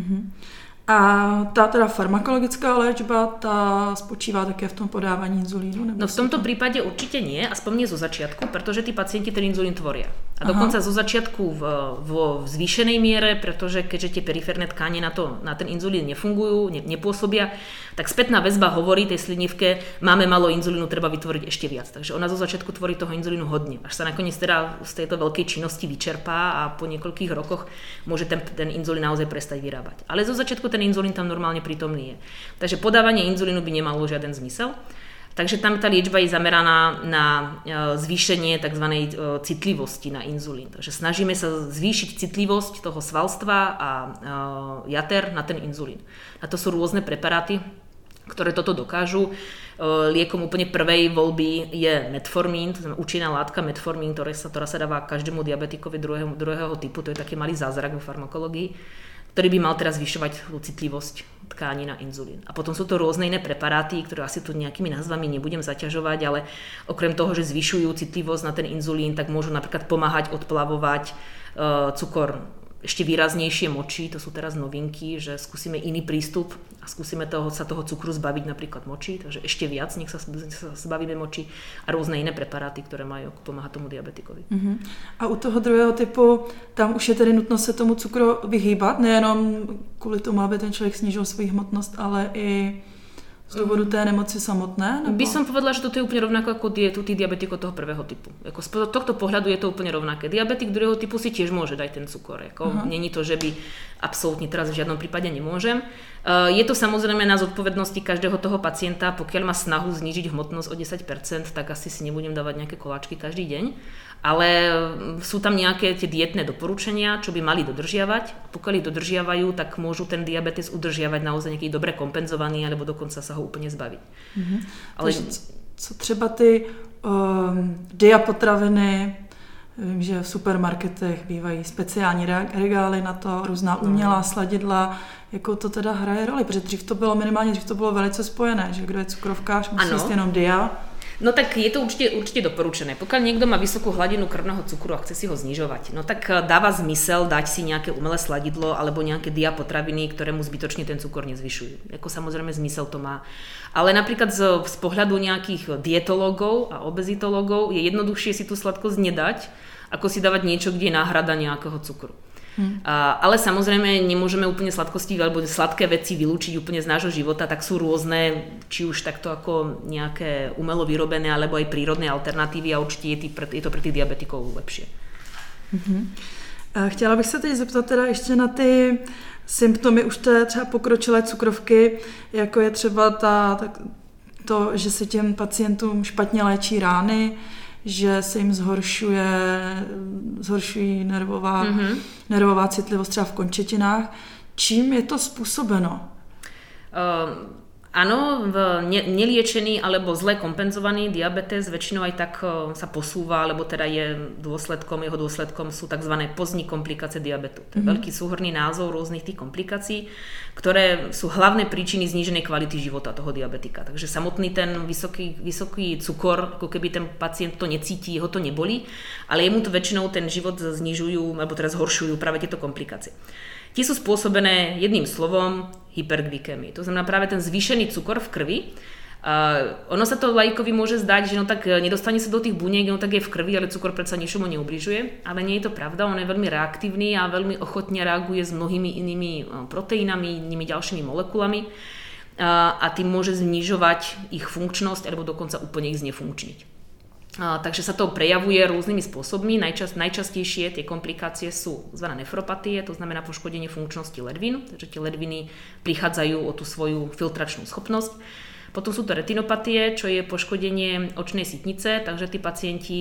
A tá teda farmakologická léčba, tá spočívá také v tom podávání inzulínu? No v tomto prípade určite nie, aspoň nie zo začiatku, pretože tí pacienti ten inzulín tvoria. A dokonca zo začiatku vo zvýšenej miere, pretože keďže tie periférne tkáne na ten inzulín nefungujú, nepôsobia, tak spätná väzba hovorí tej slinivke, máme málo inzulínu, treba vytvoriť ešte viac. Takže ona zo začiatku tvorí toho inzulínu hodne. Až sa nakoniec teda z tejto veľkej činnosti vyčerpá a po niekoľkých rokoch môže ten inzulín naozaj prestať vyrábať. Ale zo začiatku ten inzulín tam normálne prítomný je. Takže podávanie inzulínu by nemalo žiaden zmysel. Takže tam tá liečba je zameraná na zvýšenie tzv. Citlivosti na inzulín. Takže snažíme sa zvýšiť citlivosť toho svalstva a jater na ten inzulín. A to sú rôzne preparáty, ktoré toto dokážu. Liekom úplne prvej voľby je metformín, to znamená účinná látka metformín, ktorá sa dáva každému diabetikovi druhého typu, to je taký malý zázrak vo farmakológii, ktorý by mal teraz zvyšovať citlivosť tkání na inzulín. A potom sú to rôzne iné preparáty, ktoré asi tu nejakými názvami nebudem zaťažovať, ale okrem toho, že zvyšujú citlivosť na ten inzulín, tak môžu napríklad pomáhať odplavovať cukor ešte výraznejšie moči, to sú teraz novinky, že skúsime iný prístup a skúsime sa toho cukru zbaviť napríklad moči, takže ešte viac nech sa zbavíme moči a rôzne iné preparáty, ktoré majú pomáhať tomu diabetikovi. A u toho druhého typu, tam už je tedy nutno se tomu cukru vyhýbat, nejenom kvůli tomu, aby ten člověk snížil svoji hmotnost, ale i z dôvodu té nemoci samotné? Nebo? By som povedala, že toto je úplne rovnako ako tí diabetikov toho prvého typu. Ako z tohto pohľadu je to úplne rovnaké. Diabetik druhého typu si tiež môže dať ten cukor. Není to, že by absolútne teraz v žiadnom prípade nemôžem. Je to samozrejme na zodpovednosti každého toho pacienta. Pokiaľ má snahu znížiť hmotnosť o 10%, tak asi si nebudem dávať nejaké koláčky každý deň. Ale sú tam nejaké tie dietné doporučenia, čo by mali dodržiavať. Pokiaľ ich dodržiavajú, tak môžu ten diabetes udržiavať naozaj nejaký dobre kompenzovaný, alebo dokonca sa ho úplne zbaviť. Ale co třeba ty diapotraviny, vím, že v supermarketech bývají speciální regály na to, různá umělá sladidla, jako to teda hraje roli, protože dřív to bylo velice spojené, že kdo je cukrovkář, musí jíst jenom dia. No tak je to určite doporučené. Pokiaľ niekto má vysokú hladinu krvného cukru a chce si ho znižovať, no tak dáva zmysel dať si nejaké umelé sladidlo alebo nejaké diapotraviny, ktoré mu zbytočne ten cukor nezvyšujú. Ako samozrejme zmysel to má. Ale napríklad z pohľadu nejakých dietológov a obezitológov je jednoduchšie si tú sladkosť nedať, ako si dávať niečo, kde je náhrada nejakého cukru. Ale samozrejme nemôžeme úplne sladkosti alebo sladké veci vylúčiť úplne z nášho života, tak sú rôzne, či už takto ako nejaké umelo vyrobené alebo aj prírodné alternatívy a určite je to pre tých diabetikov lepšie. Chtěla bych se teď zeptat teda ještě na ty symptomy už té třeba pokročilé cukrovky, jako je třeba to, že se těm pacientům špatně léčí rány, že se jim zhoršují nervová citlivost třeba v končetinách. Čím je to způsobeno? Áno, neliečený alebo zle kompenzovaný diabetes väčšinou aj tak sa posúva, alebo teda jeho dôsledkom sú tzv. Pozdní komplikácie diabetu. To je veľký súhrnný názov rôznych tých komplikácií, ktoré sú hlavné príčiny zníženej kvality života toho diabetika. Takže samotný ten vysoký cukor, ako keby ten pacient to necíti, ho to nebolí, ale jemu to väčšinou ten život znižujú, alebo teda zhoršujú práve tieto komplikácie. Tie sú spôsobené jedným slovom hyperglykémii. To znamená práve ten zvýšený cukor v krvi. Ono sa to laikovi môže zdať, že no tak nedostane sa do tých buniek, no tak je v krvi, ale cukor predsa ničomu neubližuje. Ale nie je to pravda, on je veľmi reaktívny a veľmi ochotne reaguje s mnohými inými proteínami, inými ďalšími molekulami a tým môže znižovať ich funkčnosť alebo dokonca úplne ich znefunkčniť. Takže sa to prejavuje rôznymi spôsobmi. Najčastejšie tie komplikácie sú zvané nefropatie, to znamená poškodenie funkčnosti ledvín, takže tie ledviny prichádzajú o tú svoju filtračnú schopnosť. Potom sú to retinopatie, čo je poškodenie očnej sítnice, takže tí pacienti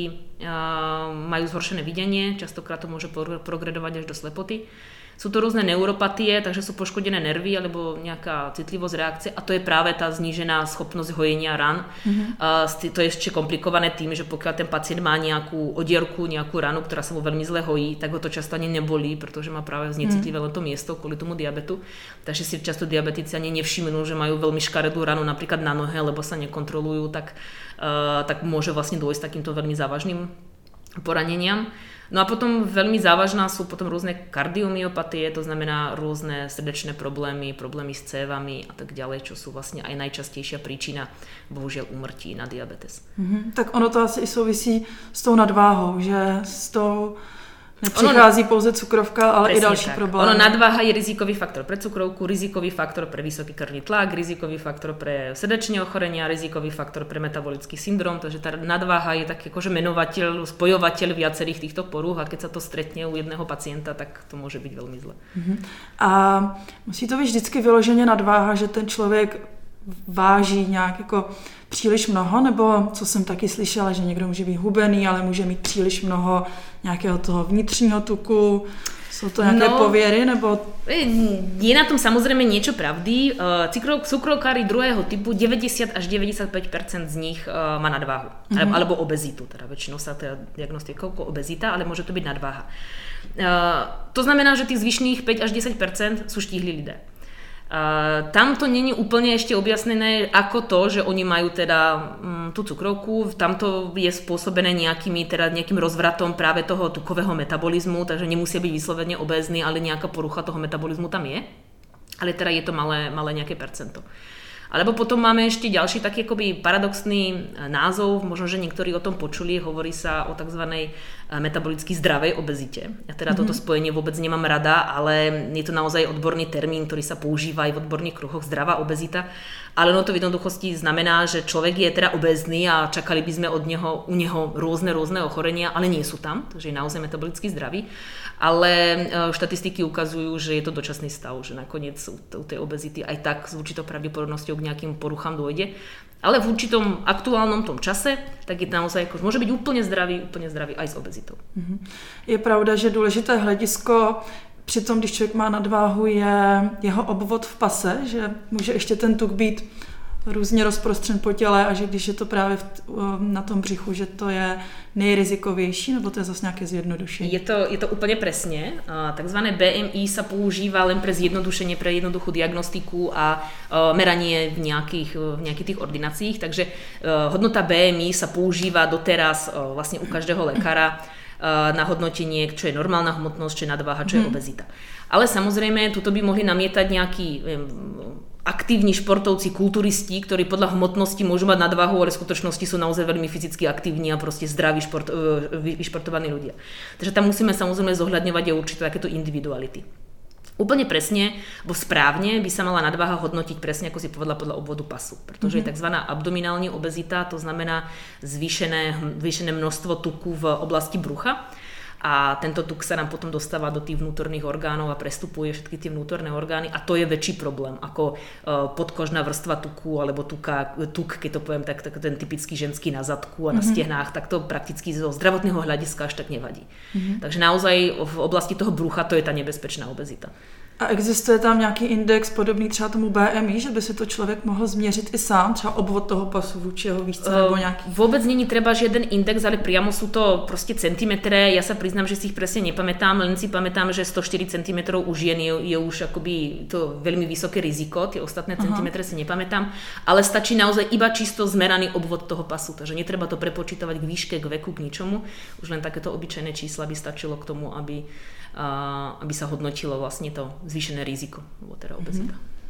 majú zhoršené videnie, častokrát to môže progredovať až do slepoty. Sú to rôzne neuropatie, takže sú poškodené nervy alebo nejaká citlivosť reakcie a to je práve tá znížená schopnosť hojenia ran. To je ešte komplikované tým, že pokiaľ ten pacient má nejakú odierku, nejakú ranu, ktorá sa mu veľmi zle hojí, tak ho to často ani nebolí, pretože má práve znecitlivé len to miesto kvôli tomu diabetu. Takže si často diabetici ani nevšimnú, že majú veľmi škaredú ranu napríklad na nohe, lebo sa nekontrolujú, tak môže vlastne dôjsť takýmto veľmi závažným poraneniam. No a potom veľmi závažná sú potom rôzne kardiomyopatie, to znamená rôzne srdečné problémy s cévami a tak ďalej, čo sú vlastne aj najčastejšia príčina bohužiaľ úmrtí na diabetes. Tak ono to asi i souvisí s tou nadváhou, že s tou nepřichází pouze cukrovka, ale i další problémy. Ono nadváha je rizikový faktor pre cukrovku, rizikový faktor pre vysoký krvný tlak, rizikový faktor pre srdečné ochorenia, rizikový faktor pre metabolický syndrom, takže tá nadváha je taký akože menovateľ, spojovateľ viacerých týchto porúch a keď sa to stretne u jedného pacienta, tak to môže byť veľmi zle. A musí to být vždycky vyloženě nadváha, že ten člověk váží nějak jako příliš mnoho, nebo co jsem taky slyšela, že někdo může být hubený, ale může mít příliš mnoho nějakého toho vnitřního tuku. Sú to nejaké pověry, nebo... Je na tom samozrejme niečo pravdy. Cukrovkári druhého typu, 90 až 95% z nich má nadváhu. Alebo obezitu, teda väčšinou sa teda diagnostikuje ako obezita, ale môže to byť nadváha. To znamená, že tých zvyšných 5 až 10% sú štíhli lidé. Tam to není úplne ešte objasnené ako to, že oni majú teda tú cukrovku, tam to je spôsobené nejakým rozvratom práve toho tukového metabolizmu, takže nemusia byť vyslovene obézny, ale nejaká porucha toho metabolizmu tam je, ale teda je to malé nejaké percento. Alebo potom máme ešte ďalší taký akoby paradoxný názov, možno, že niektorí o tom počuli, hovorí sa o tzv. Metabolicky zdravej obezite. Ja teda toto spojenie vôbec nemám rada, ale je to naozaj odborný termín, ktorý sa používa aj v odborných kruhoch, zdravá obezita. Ale ono to v jednoduchosti znamená, že človek je teda obézny a čakali by sme u neho rôzne ochorenia, ale nie sú tam, takže je naozaj metabolicky zdravý. Ale štatistiky ukazujú, že je to dočasný stav, že nakoniec u tej obezity aj tak s určitou pravdepodobnosťou k nejakým poruchám dôjde. Ale v určitom aktuálnom tom čase, tak je naozaj môže byť úplne zdravý aj s obezitou. Je pravda, že důležité hledisko při tom, když člověk má nadváhu, je jeho obvod v pase, že může ještě ten tuk být různě rozprostřen po těle a že když je to právě na tom břichu, že to je nejrizikovější, nebo to je zase nějaké zjednodušení? Je to úplne presne. Takzvané BMI sa používa len pre zjednodušenie, pre jednoduchú diagnostiku a meranie v nejakých tých ordináciách. Takže hodnota BMI sa používa doteraz vlastne u každého lekára na hodnotenie, čo je normálna hmotnosť, čo je nadváha, čo je obezita. Ale samozrejme, tuto by mohli namietať nejakí aktívni športovci, kulturisti, ktorí podľa hmotnosti môžu mať nadváhu, ale v skutočnosti sú naozaj veľmi fyzicky aktívni a proste zdraví vyšportovaní ľudia. Takže tam musíme samozrejme zohľadňovať aj určité takéto individuality. Úplne presne, bo správne by sa mala nadváha hodnotiť presne, ako si povedala, podľa obvodu pasu, pretože je tzv. Abdominálna obezita, to znamená zvýšené množstvo tuku v oblasti brucha. A tento tuk sa nám potom dostáva do tých vnútorných orgánov a prestupuje všetky tie vnútorné orgány a to je väčší problém ako podkožná vrstva tuku alebo tuk, keď to poviem tak ten typický ženský na zadku a na stehnách, tak to prakticky zo zdravotného hľadiska až tak nevadí. Takže naozaj v oblasti toho brucha to je tá nebezpečná obezita. A existuje tam nějaký index podobný třeba tomu BMI, že by si to člověk mohl změřit i sám, třeba obvod toho pasu vůči jeho výšce nebo nějaký? Vôbec není treba žiaden index, ale priamo sú to proste centimetre. Ja sa priznám, že si ich presne nepamätám, len si pamätám, že 104 cm u žien je už akoby to veľmi vysoké riziko, tie ostatné centimetre si nepamätám, ale stačí naozaj iba čisto zmeraný obvod toho pasu, takže netreba to prepočítavať k výške, k veku, k ničomu. Už len takéto obyčajné čísla by stačilo k tomu, aby sa hodnotilo vlastně to zvýšené riziko, nebo teda obezita.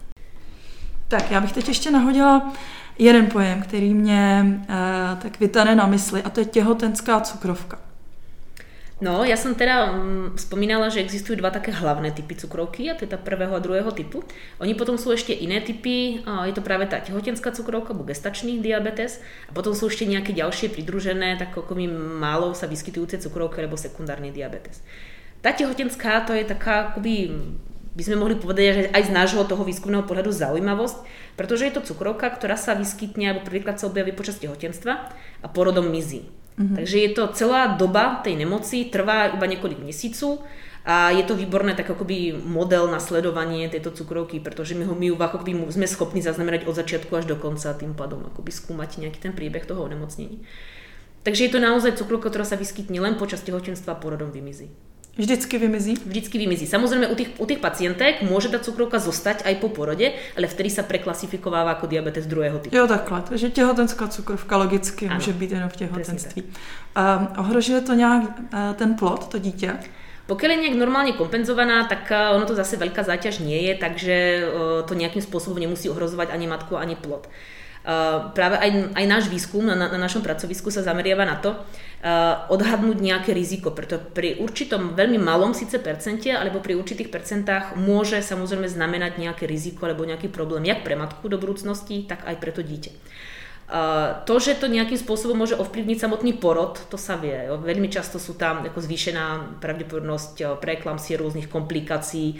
Tak, já bych teď ještě nahodila jeden pojem, který mě tak vytane na mysli, a to je těhotenská cukrovka. No, ja som teda spomínala, že existujú dva také hlavné typy cukrovky, a to je tá prvého a druhého typu. Oni potom sú ešte iné typy, je to práve tá tehotenská cukrovka, alebo gestačný diabetes, a potom sú ešte nejaké ďalšie pridružené, tak ako málo sa vyskytujúce cukrovky, alebo sekundárny diabetes. Tá tehotenská, to je taká, akoby, by sme mohli povedať, že aj z nášho toho výskumného pohľadu zaujímavosť, pretože je to cukrovka, ktorá sa vyskytne, alebo prvýkrát sa objaví počas tehotenstva a porodom mizí. Takže je to celá doba tej nemoci, trvá iba niekoľko měsíců a je to výborné tak akoby model na sledovanie tejto cukrovky, pretože my ju akoby sme schopní zaznamenať od začiatku až do konca, tým pádom akoby skúmať nejaký ten príbeh toho onemocnení. Takže je to naozaj cukrovka, ktorá sa vyskytne len počas tehotenstva a porodom vymizí. Vždycky vymizí? Vždycky vymizí. Samozrejme u tých pacientek môže tá cukrovka zostať aj po porode, ale vtedy sa preklasifikovává ako diabetes druhého typu. Jo, takhle. Takže tehotenská cukrovka logicky může být jenom v těhotenství. Ohrožuje to nějak ten plod, to dítě? Pokiaľ je nejak normálne kompenzovaná, tak ono to zase veľká záťaž nie je, takže to nejakým spôsobom nemusí ohrozovať ani matku, ani plod. Práve aj náš výskum na našom pracovisku sa zameriava na to odhadnúť nejaké riziko, preto pri určitom veľmi malom síce percente, alebo pri určitých percentách môže samozrejme znamenať nejaké riziko alebo nejaký problém jak pre matku do budúcnosti, tak aj pre to dieťa. To, že to nejakým spôsobom môže ovplyvniť samotný porod, to sa vie. Veľmi často sú tam ako zvýšená pravdepodobnosť preeklamsie, rôznych komplikácií,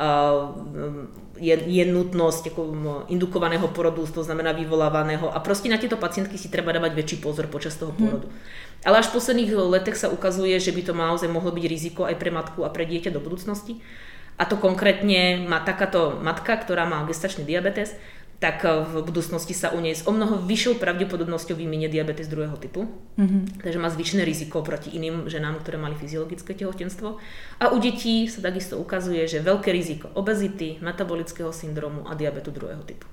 je nutnosť ako indukovaného porodu, to znamená vyvolávaného, a proste na tieto pacientky si treba dávať väčší pozor počas toho porodu. Ale až v posledných letech sa ukazuje, že by to naozaj mohlo byť riziko aj pre matku a pre dieťa do budúcnosti. A to konkrétne má takáto matka, ktorá má gestačný diabetes, tak v budúcnosti sa u nej s o mnoho vyššou pravdepodobnosťou vyminie diabetes druhého typu. Takže má zvýšené riziko proti iným ženám, ktoré mali fyziologické tehotenstvo. A u detí sa takisto ukazuje, že veľké riziko obezity, metabolického syndromu a diabetu druhého typu.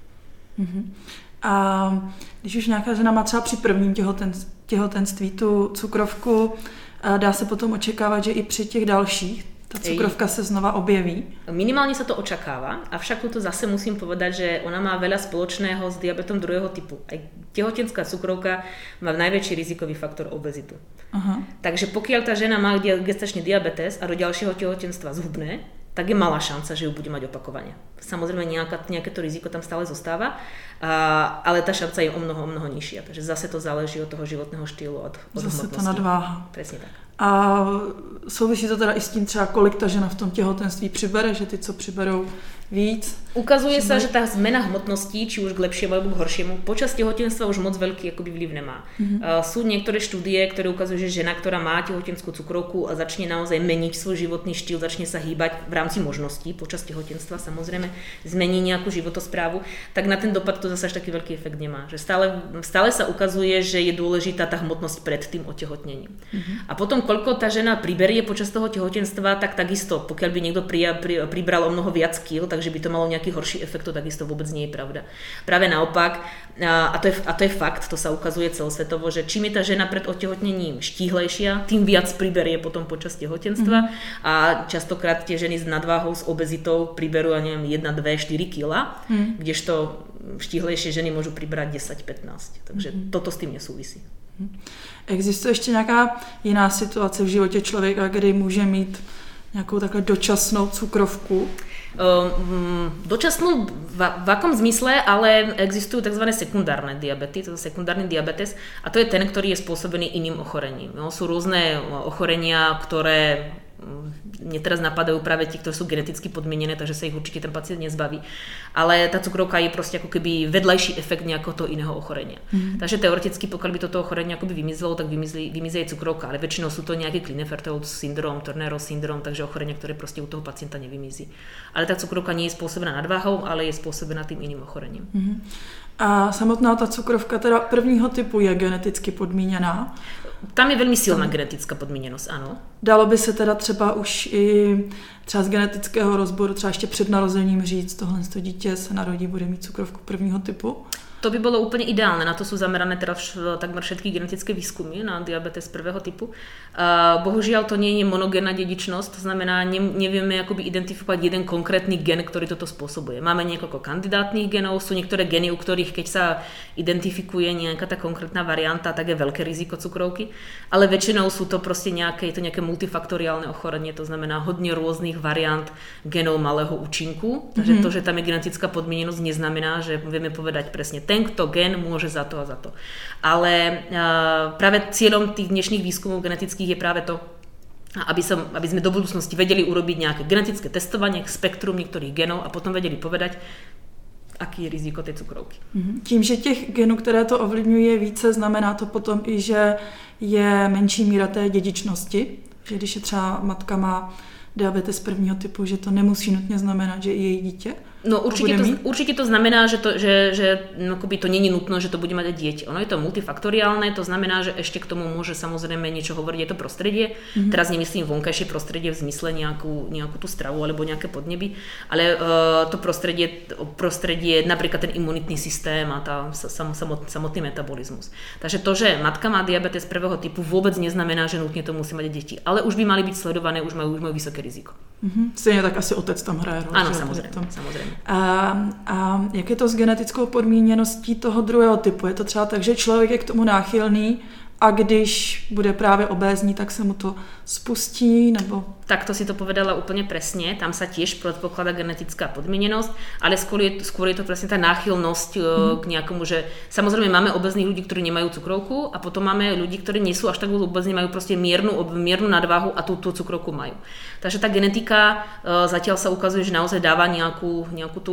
A když už nějaká žena má třeba při prvním těhotenství tu cukrovku, dá se potom očekávat, že i při těch dalších tá cukrovka sa znova objaví? Minimálne sa to očakáva, avšak tu zase musím povedať, že ona má veľa spoločného s diabetom druhého typu. Aj tehotenská cukrovka má najväčší rizikový faktor obezitu. Takže pokiaľ tá žena má gestačný diabetes a do ďalšieho tehotenstva zhubne, tak je malá šanca, že ju bude mať opakovane. Samozrejme nejaké to riziko tam stále zostáva, ale tá šanca je o mnoho nižšia. Takže zase to záleží od toho životného štýlu, od zase hmotnosti. Zase to nadváha. Presne tak. A souvisí to teda i s tím třeba, kolik ta žena v tom těhotenství přibere, že ty, co přiberou víc. Ukazuje sa, že tá zmena hmotnosti, či už k lepšiemu alebo k horšiemu, počas tehotenstva už moc veľký akoby vliv nemá. Sú niektoré štúdie, ktoré ukazujú, že žena, ktorá má tehotenskú cukrovku a začne naozaj meniť svoj životný štýl, začne sa hýbať v rámci možností počas tehotenstva, samozrejme zmení nejakú životosprávu, tak na ten dopad to zase až taký veľký efekt nemá. Že stále sa ukazuje, že je dôležitá tá hmotnosť pred tým otehotnením. A potom, koľko tá žena priberie počas toho tehotenstva, tak takisto, pokiaľ by niekto pribral o mnoho viac kýl, takže by to malo nejaký horší efekt, to takisto vôbec nie je pravda. Práve naopak, a to je fakt, to sa ukazuje celosvetovo, že čím je tá žena pred otehotnením štíhlejšia, tým viac priberie potom počas tehotenstva a častokrát tie ženy s nadváhou, s obezitou priberú, ja neviem, 1, 2, 4 kila, kdežto štíhlejšie ženy môžu pribrať 10-15. Takže toto s tým nesúvisí. Existuje ještě nějaká jiná situace v životě člověka, kdy může mít nějakou takhle dočasnou cukrovku? Dočasnú v akom zmysle, ale existujú tzv. Sekundárne diabety, to je sekundárny diabetes a to je ten, ktorý je spôsobený iným ochorením. No, sú rôzne ochorenia, ktoré mne teraz napadajú práve tí, ktorí sú geneticky podmienené, takže sa ich určite ten pacient nezbaví. Ale tá cukrovka je proste ako keby vedľajší efekt nejakého toho iného ochorenia. Takže teoreticky, pokiaľ by toto ochorenie akoby vymizlo, tak vymizí aj cukrovka, ale väčšinou sú to nejaký Klinefelterov syndrom, Turnerov syndrom, takže ochorenia, ktoré proste u toho pacienta nevymizí. Ale tá cukrovka nie je spôsobená nadváhou, ale je spôsobená tým iným ochorením. A samotná ta cukrovka teda prvního typu je geneticky podmíněná? Tam je velmi silná genetická podmíněnost, ano. Dalo by se teda třeba už i třeba z genetického rozboru, třeba ještě před narozením říct, tohle dítě se narodí, bude mít cukrovku prvního typu? To by bolo úplne ideálne, na to sú zamerané teraz takmer všetky genetické výskumy na diabetes prvého typu. Bohužiaľ to nie je monogénna dedičnosť, to znamená, nevieme akoby identifikovať jeden konkrétny gen, ktorý toto spôsobuje. Máme niekoľko kandidátnych genov, sú niektoré geny, u ktorých keď sa identifikuje nejaká tá konkrétna varianta, tak je veľké riziko cukrovky, ale väčšinou sú to proste nejaké multifaktoriálne ochorenie, to znamená hodne rôznych variant genov malého účinku, takže to, že tam je genetická podmienenosť, neznamená, že vieme povedať presne tento gen môže za to a za to. Ale práve cieľom tých dnešných výskumov genetických je práve to, aby sme do budúcnosti vedeli urobiť nejaké genetické testovanie, spektrum niektorých genov a potom vedeli povedať, aký je riziko tej cukrovky. Tím, že těch genů, které to ovlivňují, je více, znamená to potom i, že je menší míra té dědičnosti, že když je třeba matka má diabetes prvního typu, že to nemusí nutně znamenat, že i její dítě? No určite to znamená, že to nie je nutno, že to bude mať aj dieťa. Ono je to multifaktoriálne, to znamená, že ešte k tomu môže samozrejme niečo hovoriť, je to prostredie. Teraz nemyslím vonkajšie prostredie v zmysle nejakú tú stravu alebo nejaké podneby, ale to prostredie, napríklad ten imunitný systém a samotný metabolizmus. Takže to, že matka má diabetes prvého typu, vôbec neznamená, že nutne to musí mať deti. Ale už by mali byť sledované, už majú vysoké riziko. Stejně tak asi otec tam hraje. Áno, samozrejme. A jak je to s genetickou podmíněností toho druhého typu? Je to třeba tak, že člověk je k tomu náchylný a když bude právě obézní, tak se mu to spustí, nebo... Takto si to povedala úplne presne, tam sa tiež predpokladá genetická podmienenosť, ale skôr je to presne tá náchylnosť k nejakomu, že samozrejme máme obéznych ľudí, ktorí nemajú cukrovku a potom máme ľudí, ktorí nie sú až tak obézni, majú proste miernu nadváhu a tú cukrovku majú. Takže tá genetika zatiaľ sa ukazuje, že naozaj dáva nejakú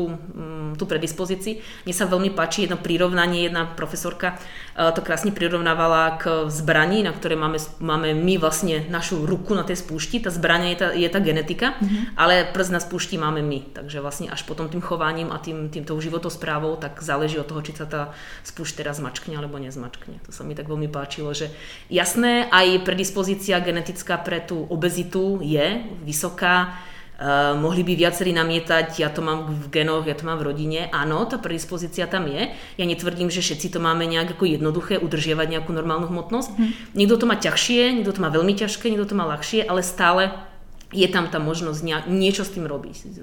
tú predispozícii. Mne sa veľmi páči jedno prirovnanie, jedna profesorka to krásne prirovnávala k zbrani, na ktoré máme my vlastne našu ruku na tej spúšti, tá zbraň je tá genetika, ale prst na spúšti máme my. Takže vlastne až potom tým chovaním a týmto životosprávou tak záleží od toho, či sa tá spúšť teraz zmačkne alebo nezmačkne. To sa mi tak veľmi páčilo, že jasné, aj predispozícia genetická pre tú obezitu je vysoká. Mohli by viacerí namietať, ja to mám v genoch, ja to mám v rodine. Áno, tá predispozícia tam je. Ja netvrdím, že všetci to máme nejak ako jednoduché udržiavať nejakú normálnu hmotnosť. Niekto to má ťažšie, niekto to má veľmi ťažké, niekto to má ľahšie, ale stále je tam tá možnosť niečo s tým robiť,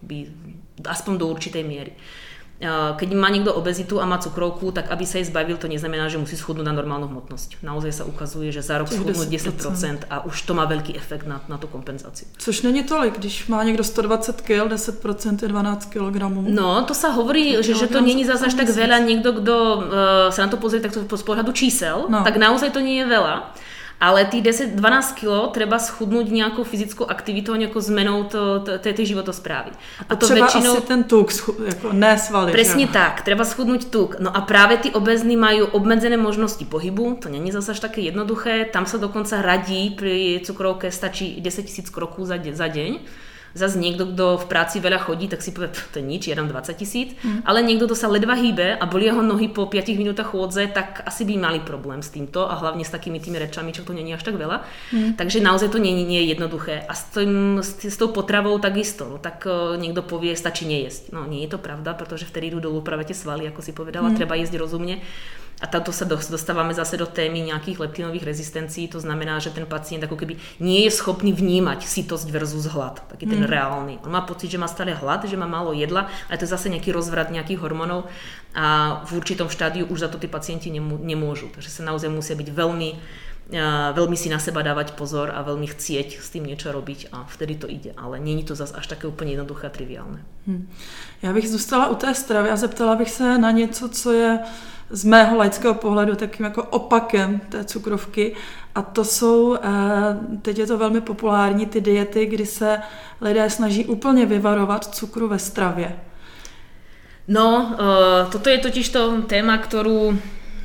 aspoň do určitej miery. Keď má niekto obezitu a má cukrovku, tak aby sa jej zbavil, to neznamená, že musí schudnúť na normálnu hmotnosť. Naozaj sa ukazuje, že za rok schudnúť 10% a už to má veľký efekt na tú kompenzáciu. Což není tolik, když má niekto 120 kg, 10% je 12 kg. No, to sa hovorí, že to není zase až tak veľa. Niekto, kto sa na to pozrie takto z pohľadu čísel, tak naozaj to nie je veľa. Ale tých 10-12 kg treba schudnúť nejakou fyzickou aktivitou, nejakou zmenou tej životosprávy. A to väčšinou... asi ten tuk, ne svaly. Presne tak, treba schudnúť tuk. No a práve tí obézni majú obmedzené možnosti pohybu, to není zase až také jednoduché, tam sa dokonca radí, pri cukrovke stačí 10 000 krokov za deň. Zas niekto, kto v práci veľa chodí, tak si povie, to je nič, ja dám 20 000, ale niekto, kto sa ledva hýbe a boli jeho nohy po 5 minútach chôdze, tak asi by mali problém s týmto a hlavne s takými tými rečami, čo to nie je až tak veľa. Takže naozaj to nie je jednoduché. A s tou potravou takisto. No, tak niekto povie, stačí nejesť. No nie je to pravda, pretože vtedy idú dolu práve tie svaly, ako si povedala, treba jesť rozumne. A táto sa dostávame zase do témy nejakých leptinových rezistencií, to znamená, že ten pacient ako keby nie je schopný vnímať sytosť versus hlad, taký ten reálny. On má pocit, že má stále hlad, že má málo jedla, ale to je zase nejaký rozvrat nejakých hormónov a v určitom štádiu už za to tí pacienti nemôžu. Takže sa naozaj musia byť veľmi veľmi si na seba dávať pozor a veľmi chcieť s tým niečo robiť a vtedy to ide, ale není to zase až také úplně jednoduché a triviálne. Já bych zůstala u té stravy a zeptala bych se na něco, co je z mého laického pohledu takým jako opakem té cukrovky, a to jsou, teď je to velmi populární, ty diety, kdy se lidé snaží úplně vyvarovat cukru ve stravě. No, toto je totiž to téma, ktorú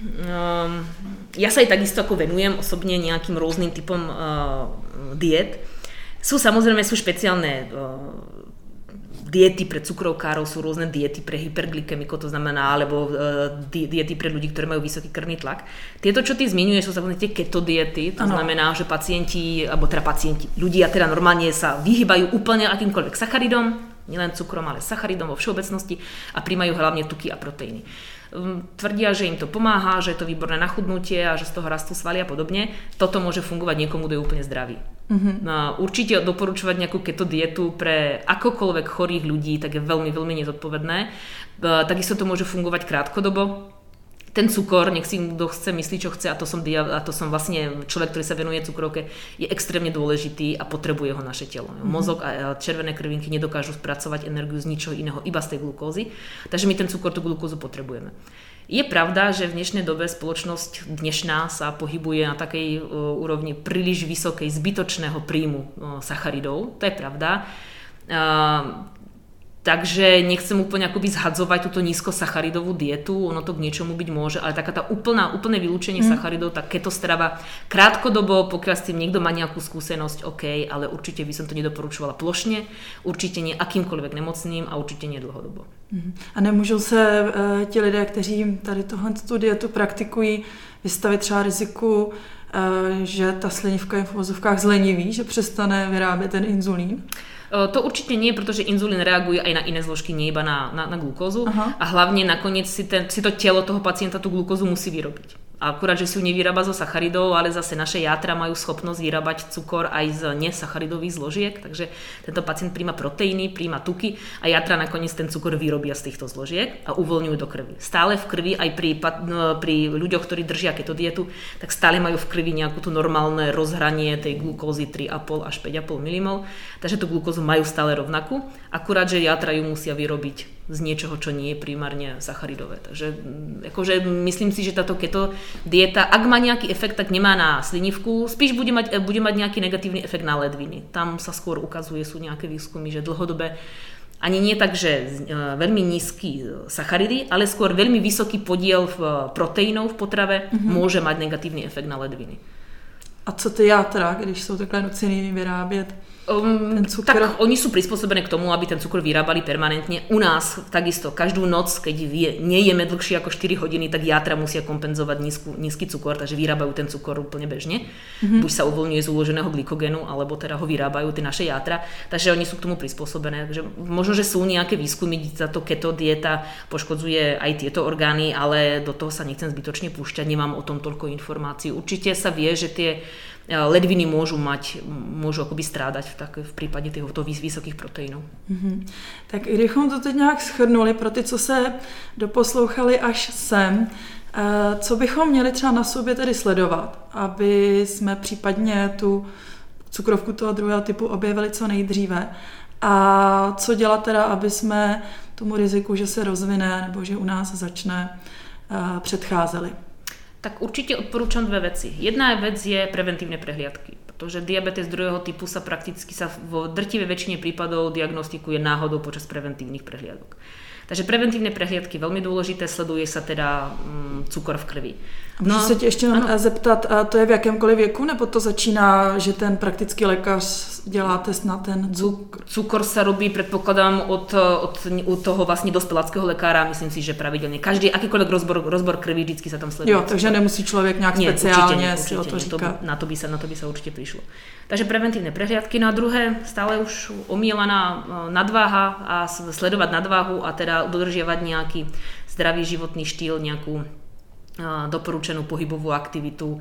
ja sa aj takisto ako venujem osobne nejakým rôznym typom diet. Sú špeciálne diety pre cukrovkárov, sú rôzne diety pre hyperglykemikov, to znamená, alebo diety pre ľudí, ktorí majú vysoký krvný tlak. Tieto, čo ty zmiňuješ, sú samozrejme tie keto diety, to znamená, že ľudia teda normálne sa vyhýbajú úplne akýmkoľvek sacharidom, nielen cukrom, ale sacharidom vo všeobecnosti a príjmajú hlavne tuky a proteíny. Tvrdia, že im to pomáha, že je to výborné na chudnutie a že z toho rastú svaly a podobne. Toto môže fungovať niekomu, kto je úplne zdravý. No, určite doporučovať nejakú keto dietu pre akokoľvek chorých ľudí, tak je veľmi, veľmi nezodpovedné. Takisto to môže fungovať krátkodobo. Ten cukor, nech si kto chce myslí, čo chce, a to som vlastne človek, ktorý sa venuje cukrovke, je extrémne dôležitý a potrebuje ho naše telo. Mozog a červené krvinky nedokážu spracovať energiu z ničoho iného, iba z tej glukózy, takže my ten cukor, tú glukózu potrebujeme. Je pravda, že v dnešnej dobe spoločnosť dnešná sa pohybuje na takej úrovni príliš vysokej zbytočného príjmu sacharidov, to je pravda. Takže nechcem úplne akoby zhadzovať túto nízkosacharidovú dietu, ono to k niečomu byť môže, ale taká tá úplné vylúčenie sacharidov, tá keto strava krátkodobo, pokiaľ s tým niekto má nejakú skúsenosť, OK, ale určite by som to nedoporučovala plošne, určite nie akýmkoľvek nemocným a určite nie dlhodobo. A nemůžou se ti lidé, kteří tady tu dietu praktikují, vystavit třeba riziku, že ta slinivka je v uvozovkách zlenivý, že přestane vyrábět ten inzulín? To určite nie, pretože inzulín reaguje aj na iné zložky, nie iba na glukózu. A hlavne nakoniec si to telo toho pacienta tú glukózu musí vyrobiť. Akurát, že si ju nevyrába zo sacharidov, ale zase naše játra majú schopnosť vyrábať cukor aj z nesacharidových zložiek, takže tento pacient príjma proteíny, príjma tuky a játra nakoniec ten cukor vyrobia z týchto zložiek a uvoľňujú do krvi. Stále v krvi, aj pri ľuďoch, ktorí držia keto dietu, tak stále majú v krvi nejakú tú normálne rozhranie tej glukózy 3,5 až 5,5 mmol, takže tú glukózu majú stále rovnakú, akurát, že játra ju musia vyrobiť z niečoho, čo nie je primárne sacharidové. Takže akože myslím si, že táto keto dieta, ak má nejaký efekt, tak nemá na slinivku, spíš bude mať nejaký negatívny efekt na ledviny. Tam sa skôr ukazuje, sú nejaké výskumy, že dlhodobé ani nie tak, že veľmi nízky sacharidy, ale skôr veľmi vysoký podiel proteínov v potrave môže mať negatívny efekt na ledviny. A co ty játra, když jsou takhle nucený vyrábět? Tak oni sú prispôsobené k tomu, aby ten cukor vyrábali permanentne. U nás takisto každú noc, keď nejeme dlhšie ako 4 hodiny, tak játra musia kompenzovať nízky cukor, takže vyrábajú ten cukor úplne bežne. Buď sa uvoľňuje z uloženého glykogénu, alebo teda ho vyrábajú tie naše játra, takže oni sú k tomu prispôsobené. Takže možno, že sú nejaké výskumy, táto keto dieta poškodzuje aj tieto orgány, ale do toho sa nechcem zbytočne púšťať, nemám o tom toľko informácií. Určite sa vie, že tie ledviny môžu akoby strádať v prípade těchto vysokých proteinů. Tak i kdybychom to teď nějak shrnuli pro ty, co se doposlouchali až sem, co bychom měli třeba na sobě tedy sledovat, aby jsme případně tu cukrovku toho druhého typu objevili co nejdříve, a co dělat teda, aby jsme tomu riziku, že se rozvine nebo že u nás začne, předcházeli? Tak určite odporúčam dve veci. Jedna vec je preventívne prehliadky, pretože diabetes druhého typu sa prakticky v drtivej väčšine prípadov diagnostikuje náhodou počas preventívnych prehliadok. Takže preventívne prehliadky veľmi dôležité, sleduje sa teda cukor v krvi. Můžu se tě ještě zeptat, to je v jakémkoliv věku, nebo to začíná, že ten praktický lékař dělá test na ten cukr? Cukor sa robí, predpokladám, od toho vlastne dospeláckého lekára, myslím si, že pravidelne. Každý, akýkoľvek rozbor krvi, vždycky sa tam sleduje. Jo, takže nemusí člověk nějak speciálně si o to říkat. Na to by sa určite prišlo. Takže preventívne prehliadky, no a druhé, stále už omílaná nadváha a sledovať nadváhu a teda dodržiavať nejaký zdravý životný štýl, nejakú doporučenú pohybovú aktivitu,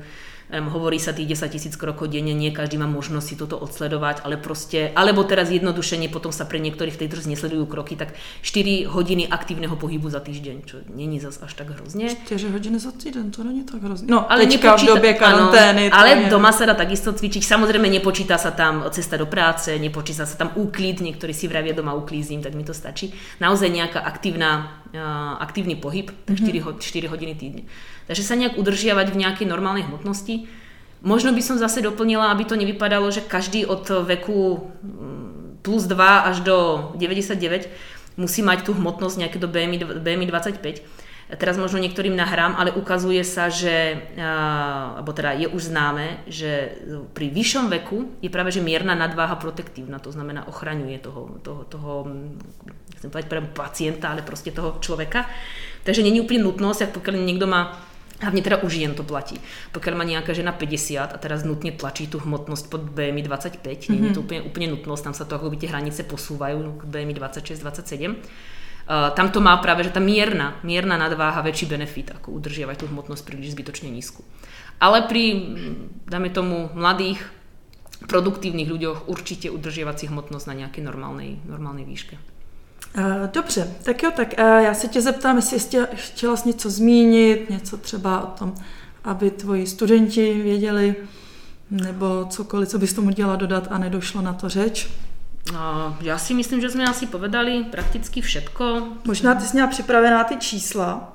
hovorí sa tých 10 000 krokov denne, nie každý má možnosť si toto odsledovať, ale proste, alebo teraz jednodušene, potom sa pre niektorých v tej drž nesledujú kroky, tak 4 hodiny aktívneho pohybu za týždeň, čo není zas až tak hrozne. 4 hodiny za týden, to není tak hrozne. No, ale teďka v době karantény. Ale doma sa dá takisto cvičiť, samozrejme nepočíta sa tam cesta do práce, nepočíta sa tam úklid, niektorí si vravia doma uklízim, tak mi to stačí. Naozaj nejaká aktívny pohyb, tak 4 hodiny týdne. Takže sa nejak udržiavať v nejakej normálnej hmotnosti. Možno by som zase doplnila, aby to nevypadalo, že každý od veku plus 2 až do 99 musí mať tú hmotnosť nejaké do BMI 25. Teraz možno niektorým nahrám, ale ukazuje sa, že, alebo teda je už známe, že pri vyššom veku je práve že mierna nadváha protektívna, to znamená ochraňuje toho nechcem povedať pre pacienta, ale proste toho človeka. Takže není úplne nutnosť, ak pokiaľ niekto má, hlavne teda u žien to platí, pokiaľ má nejaká žena 50 a teraz nutne tlačí tú hmotnosť pod BMI 25, není to úplne nutnosť, tam sa to akoby tie hranice posúvajú k BMI 26-27. Tam to má práve, že tá mierna nadváha väčší benefit, ako udržiavať tú hmotnosť príliš zbytočne nízku. Ale pri, dáme tomu, mladých, produktívnych ľuďoch určite udržiavať si hmotnosť na nejakej normálnej výške. Dobře, tak jo, tak já se tě zeptám, jestli jsi chtěla něco zmínit, něco třeba o tom, aby tvoji studenti věděli, nebo cokoliv, co bys tomu chtěla dodat a nedošlo na to řeč. Ja si myslím, že sme asi povedali prakticky všetko. Možná ty jsi měla připravená ty čísla.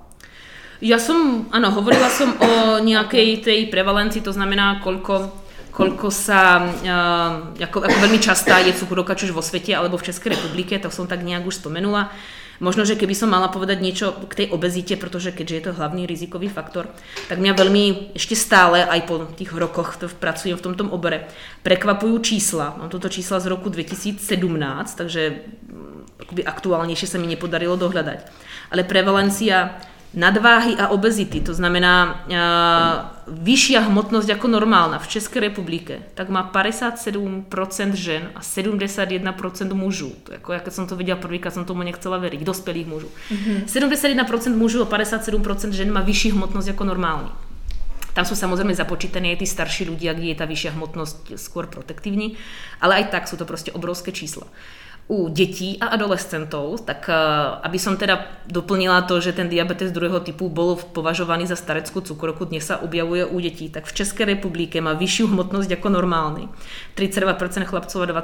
Hovorila som o nejakej tej prevalencii, to znamená, koľko sa, ako veľmi častá je cukrovka, či už vo svete, alebo v Českej republike, to som tak nejak už spomenula. Možno, že keby som mala povedať niečo k tej obezite, pretože keďže je to hlavný rizikový faktor, tak mňa veľmi ešte stále, aj po tých rokoch, pracujem v tomto obore, prekvapujú čísla. Mám toto čísla z roku 2017, takže akoby aktuálnejšie sa mi nepodarilo dohľadať. Ale prevalencia nadváhy a obezity, to znamená vyššia hmotnosť ako normálna v Českej republike, tak má 57% žen a 71% mužů. To ako, keď som to videla prvýkrát, som tomu nechcela veriť, dospelých mužov. 71% mužov a 57% žen má vyšší hmotnosť ako normálny. Tam sú samozrejme započítaní aj tí starší ľudia, kde je tá vyššia hmotnosť skôr protektívni, ale aj tak sú to proste obrovské čísla. U detí a adolescentov, tak aby som teda doplnila to, že ten diabetes druhého typu bol považovaný za stareckú cukrovku, dnes sa objavuje u detí, tak v Českej republike má vyššiu hmotnosť ako normálny. 32% chlapcov a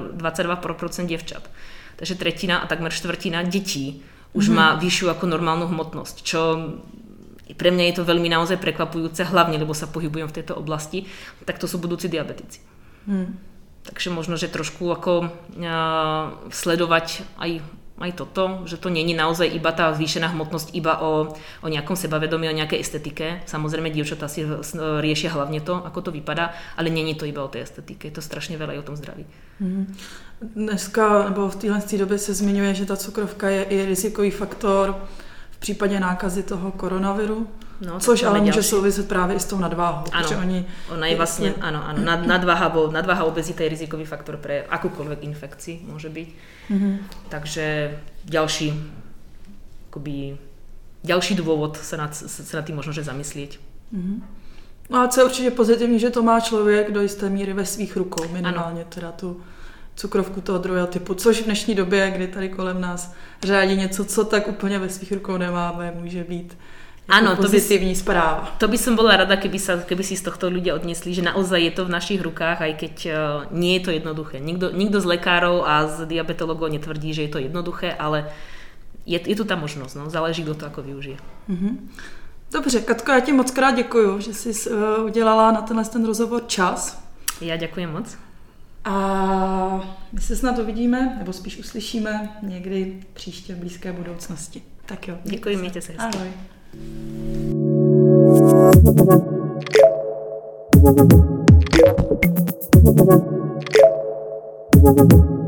22% dievčat. Takže tretina a takmer štvrtina detí už má vyššiu ako normálnu hmotnosť, čo pre mňa je to veľmi naozaj prekvapujúce, hlavne lebo sa pohybujem v tejto oblasti, tak to sú budúci diabetici. Takže možno, že trošku ako sledovať aj toto, že to nie je naozaj iba tá zvýšená hmotnosť iba o nejakom sebavedomí, o nejakej estetike. Samozrejme, dievčatá si riešia hlavne to, ako to vypadá, ale nie je to iba o tej estetike, je to strašne veľa aj o tom zdraví. Dneska, nebo v téhle době se zmiňuje, že ta cukrovka je i rizikový faktor v případě nákazy toho koronaviru. No, což ale může souviset právě i s tou nadváhou. Ona je vlastne, áno, nadváha obezita je rizikový faktor pre akúkoľvek infekciu môže byť. Takže ďalší dôvod sa nad tým možno že zamyslieť. No a co je určitě pozitivní, že to má člověk do jisté míry ve svých rukou, minimálně teda tu cukrovku toho druhého typu, což v dnešní době, kdy tady kolem nás řádí něco, co tak úplně ve svých rukou nemáme, může být pozitivní správa. To by som bola rada, keby si z tohto ľudia odniesli, že naozaj je to v našich rukách, aj keď nie je to jednoduché. Nikto z lekárov a z diabetologov netvrdí, že je to jednoduché, ale je tu tá možnosť, no, záleží, kto to ako využije. Dobře, Katko, já ti moc krát děkuju, že jsi udělala na ten rozhovor čas. Ja ďakujem moc. A my se snad uvidíme, nebo spíš uslyšíme někdy příště v blízké budoucnosti. Tak jo. Děkuji, mějte se hezky. Ahoj. Thank you.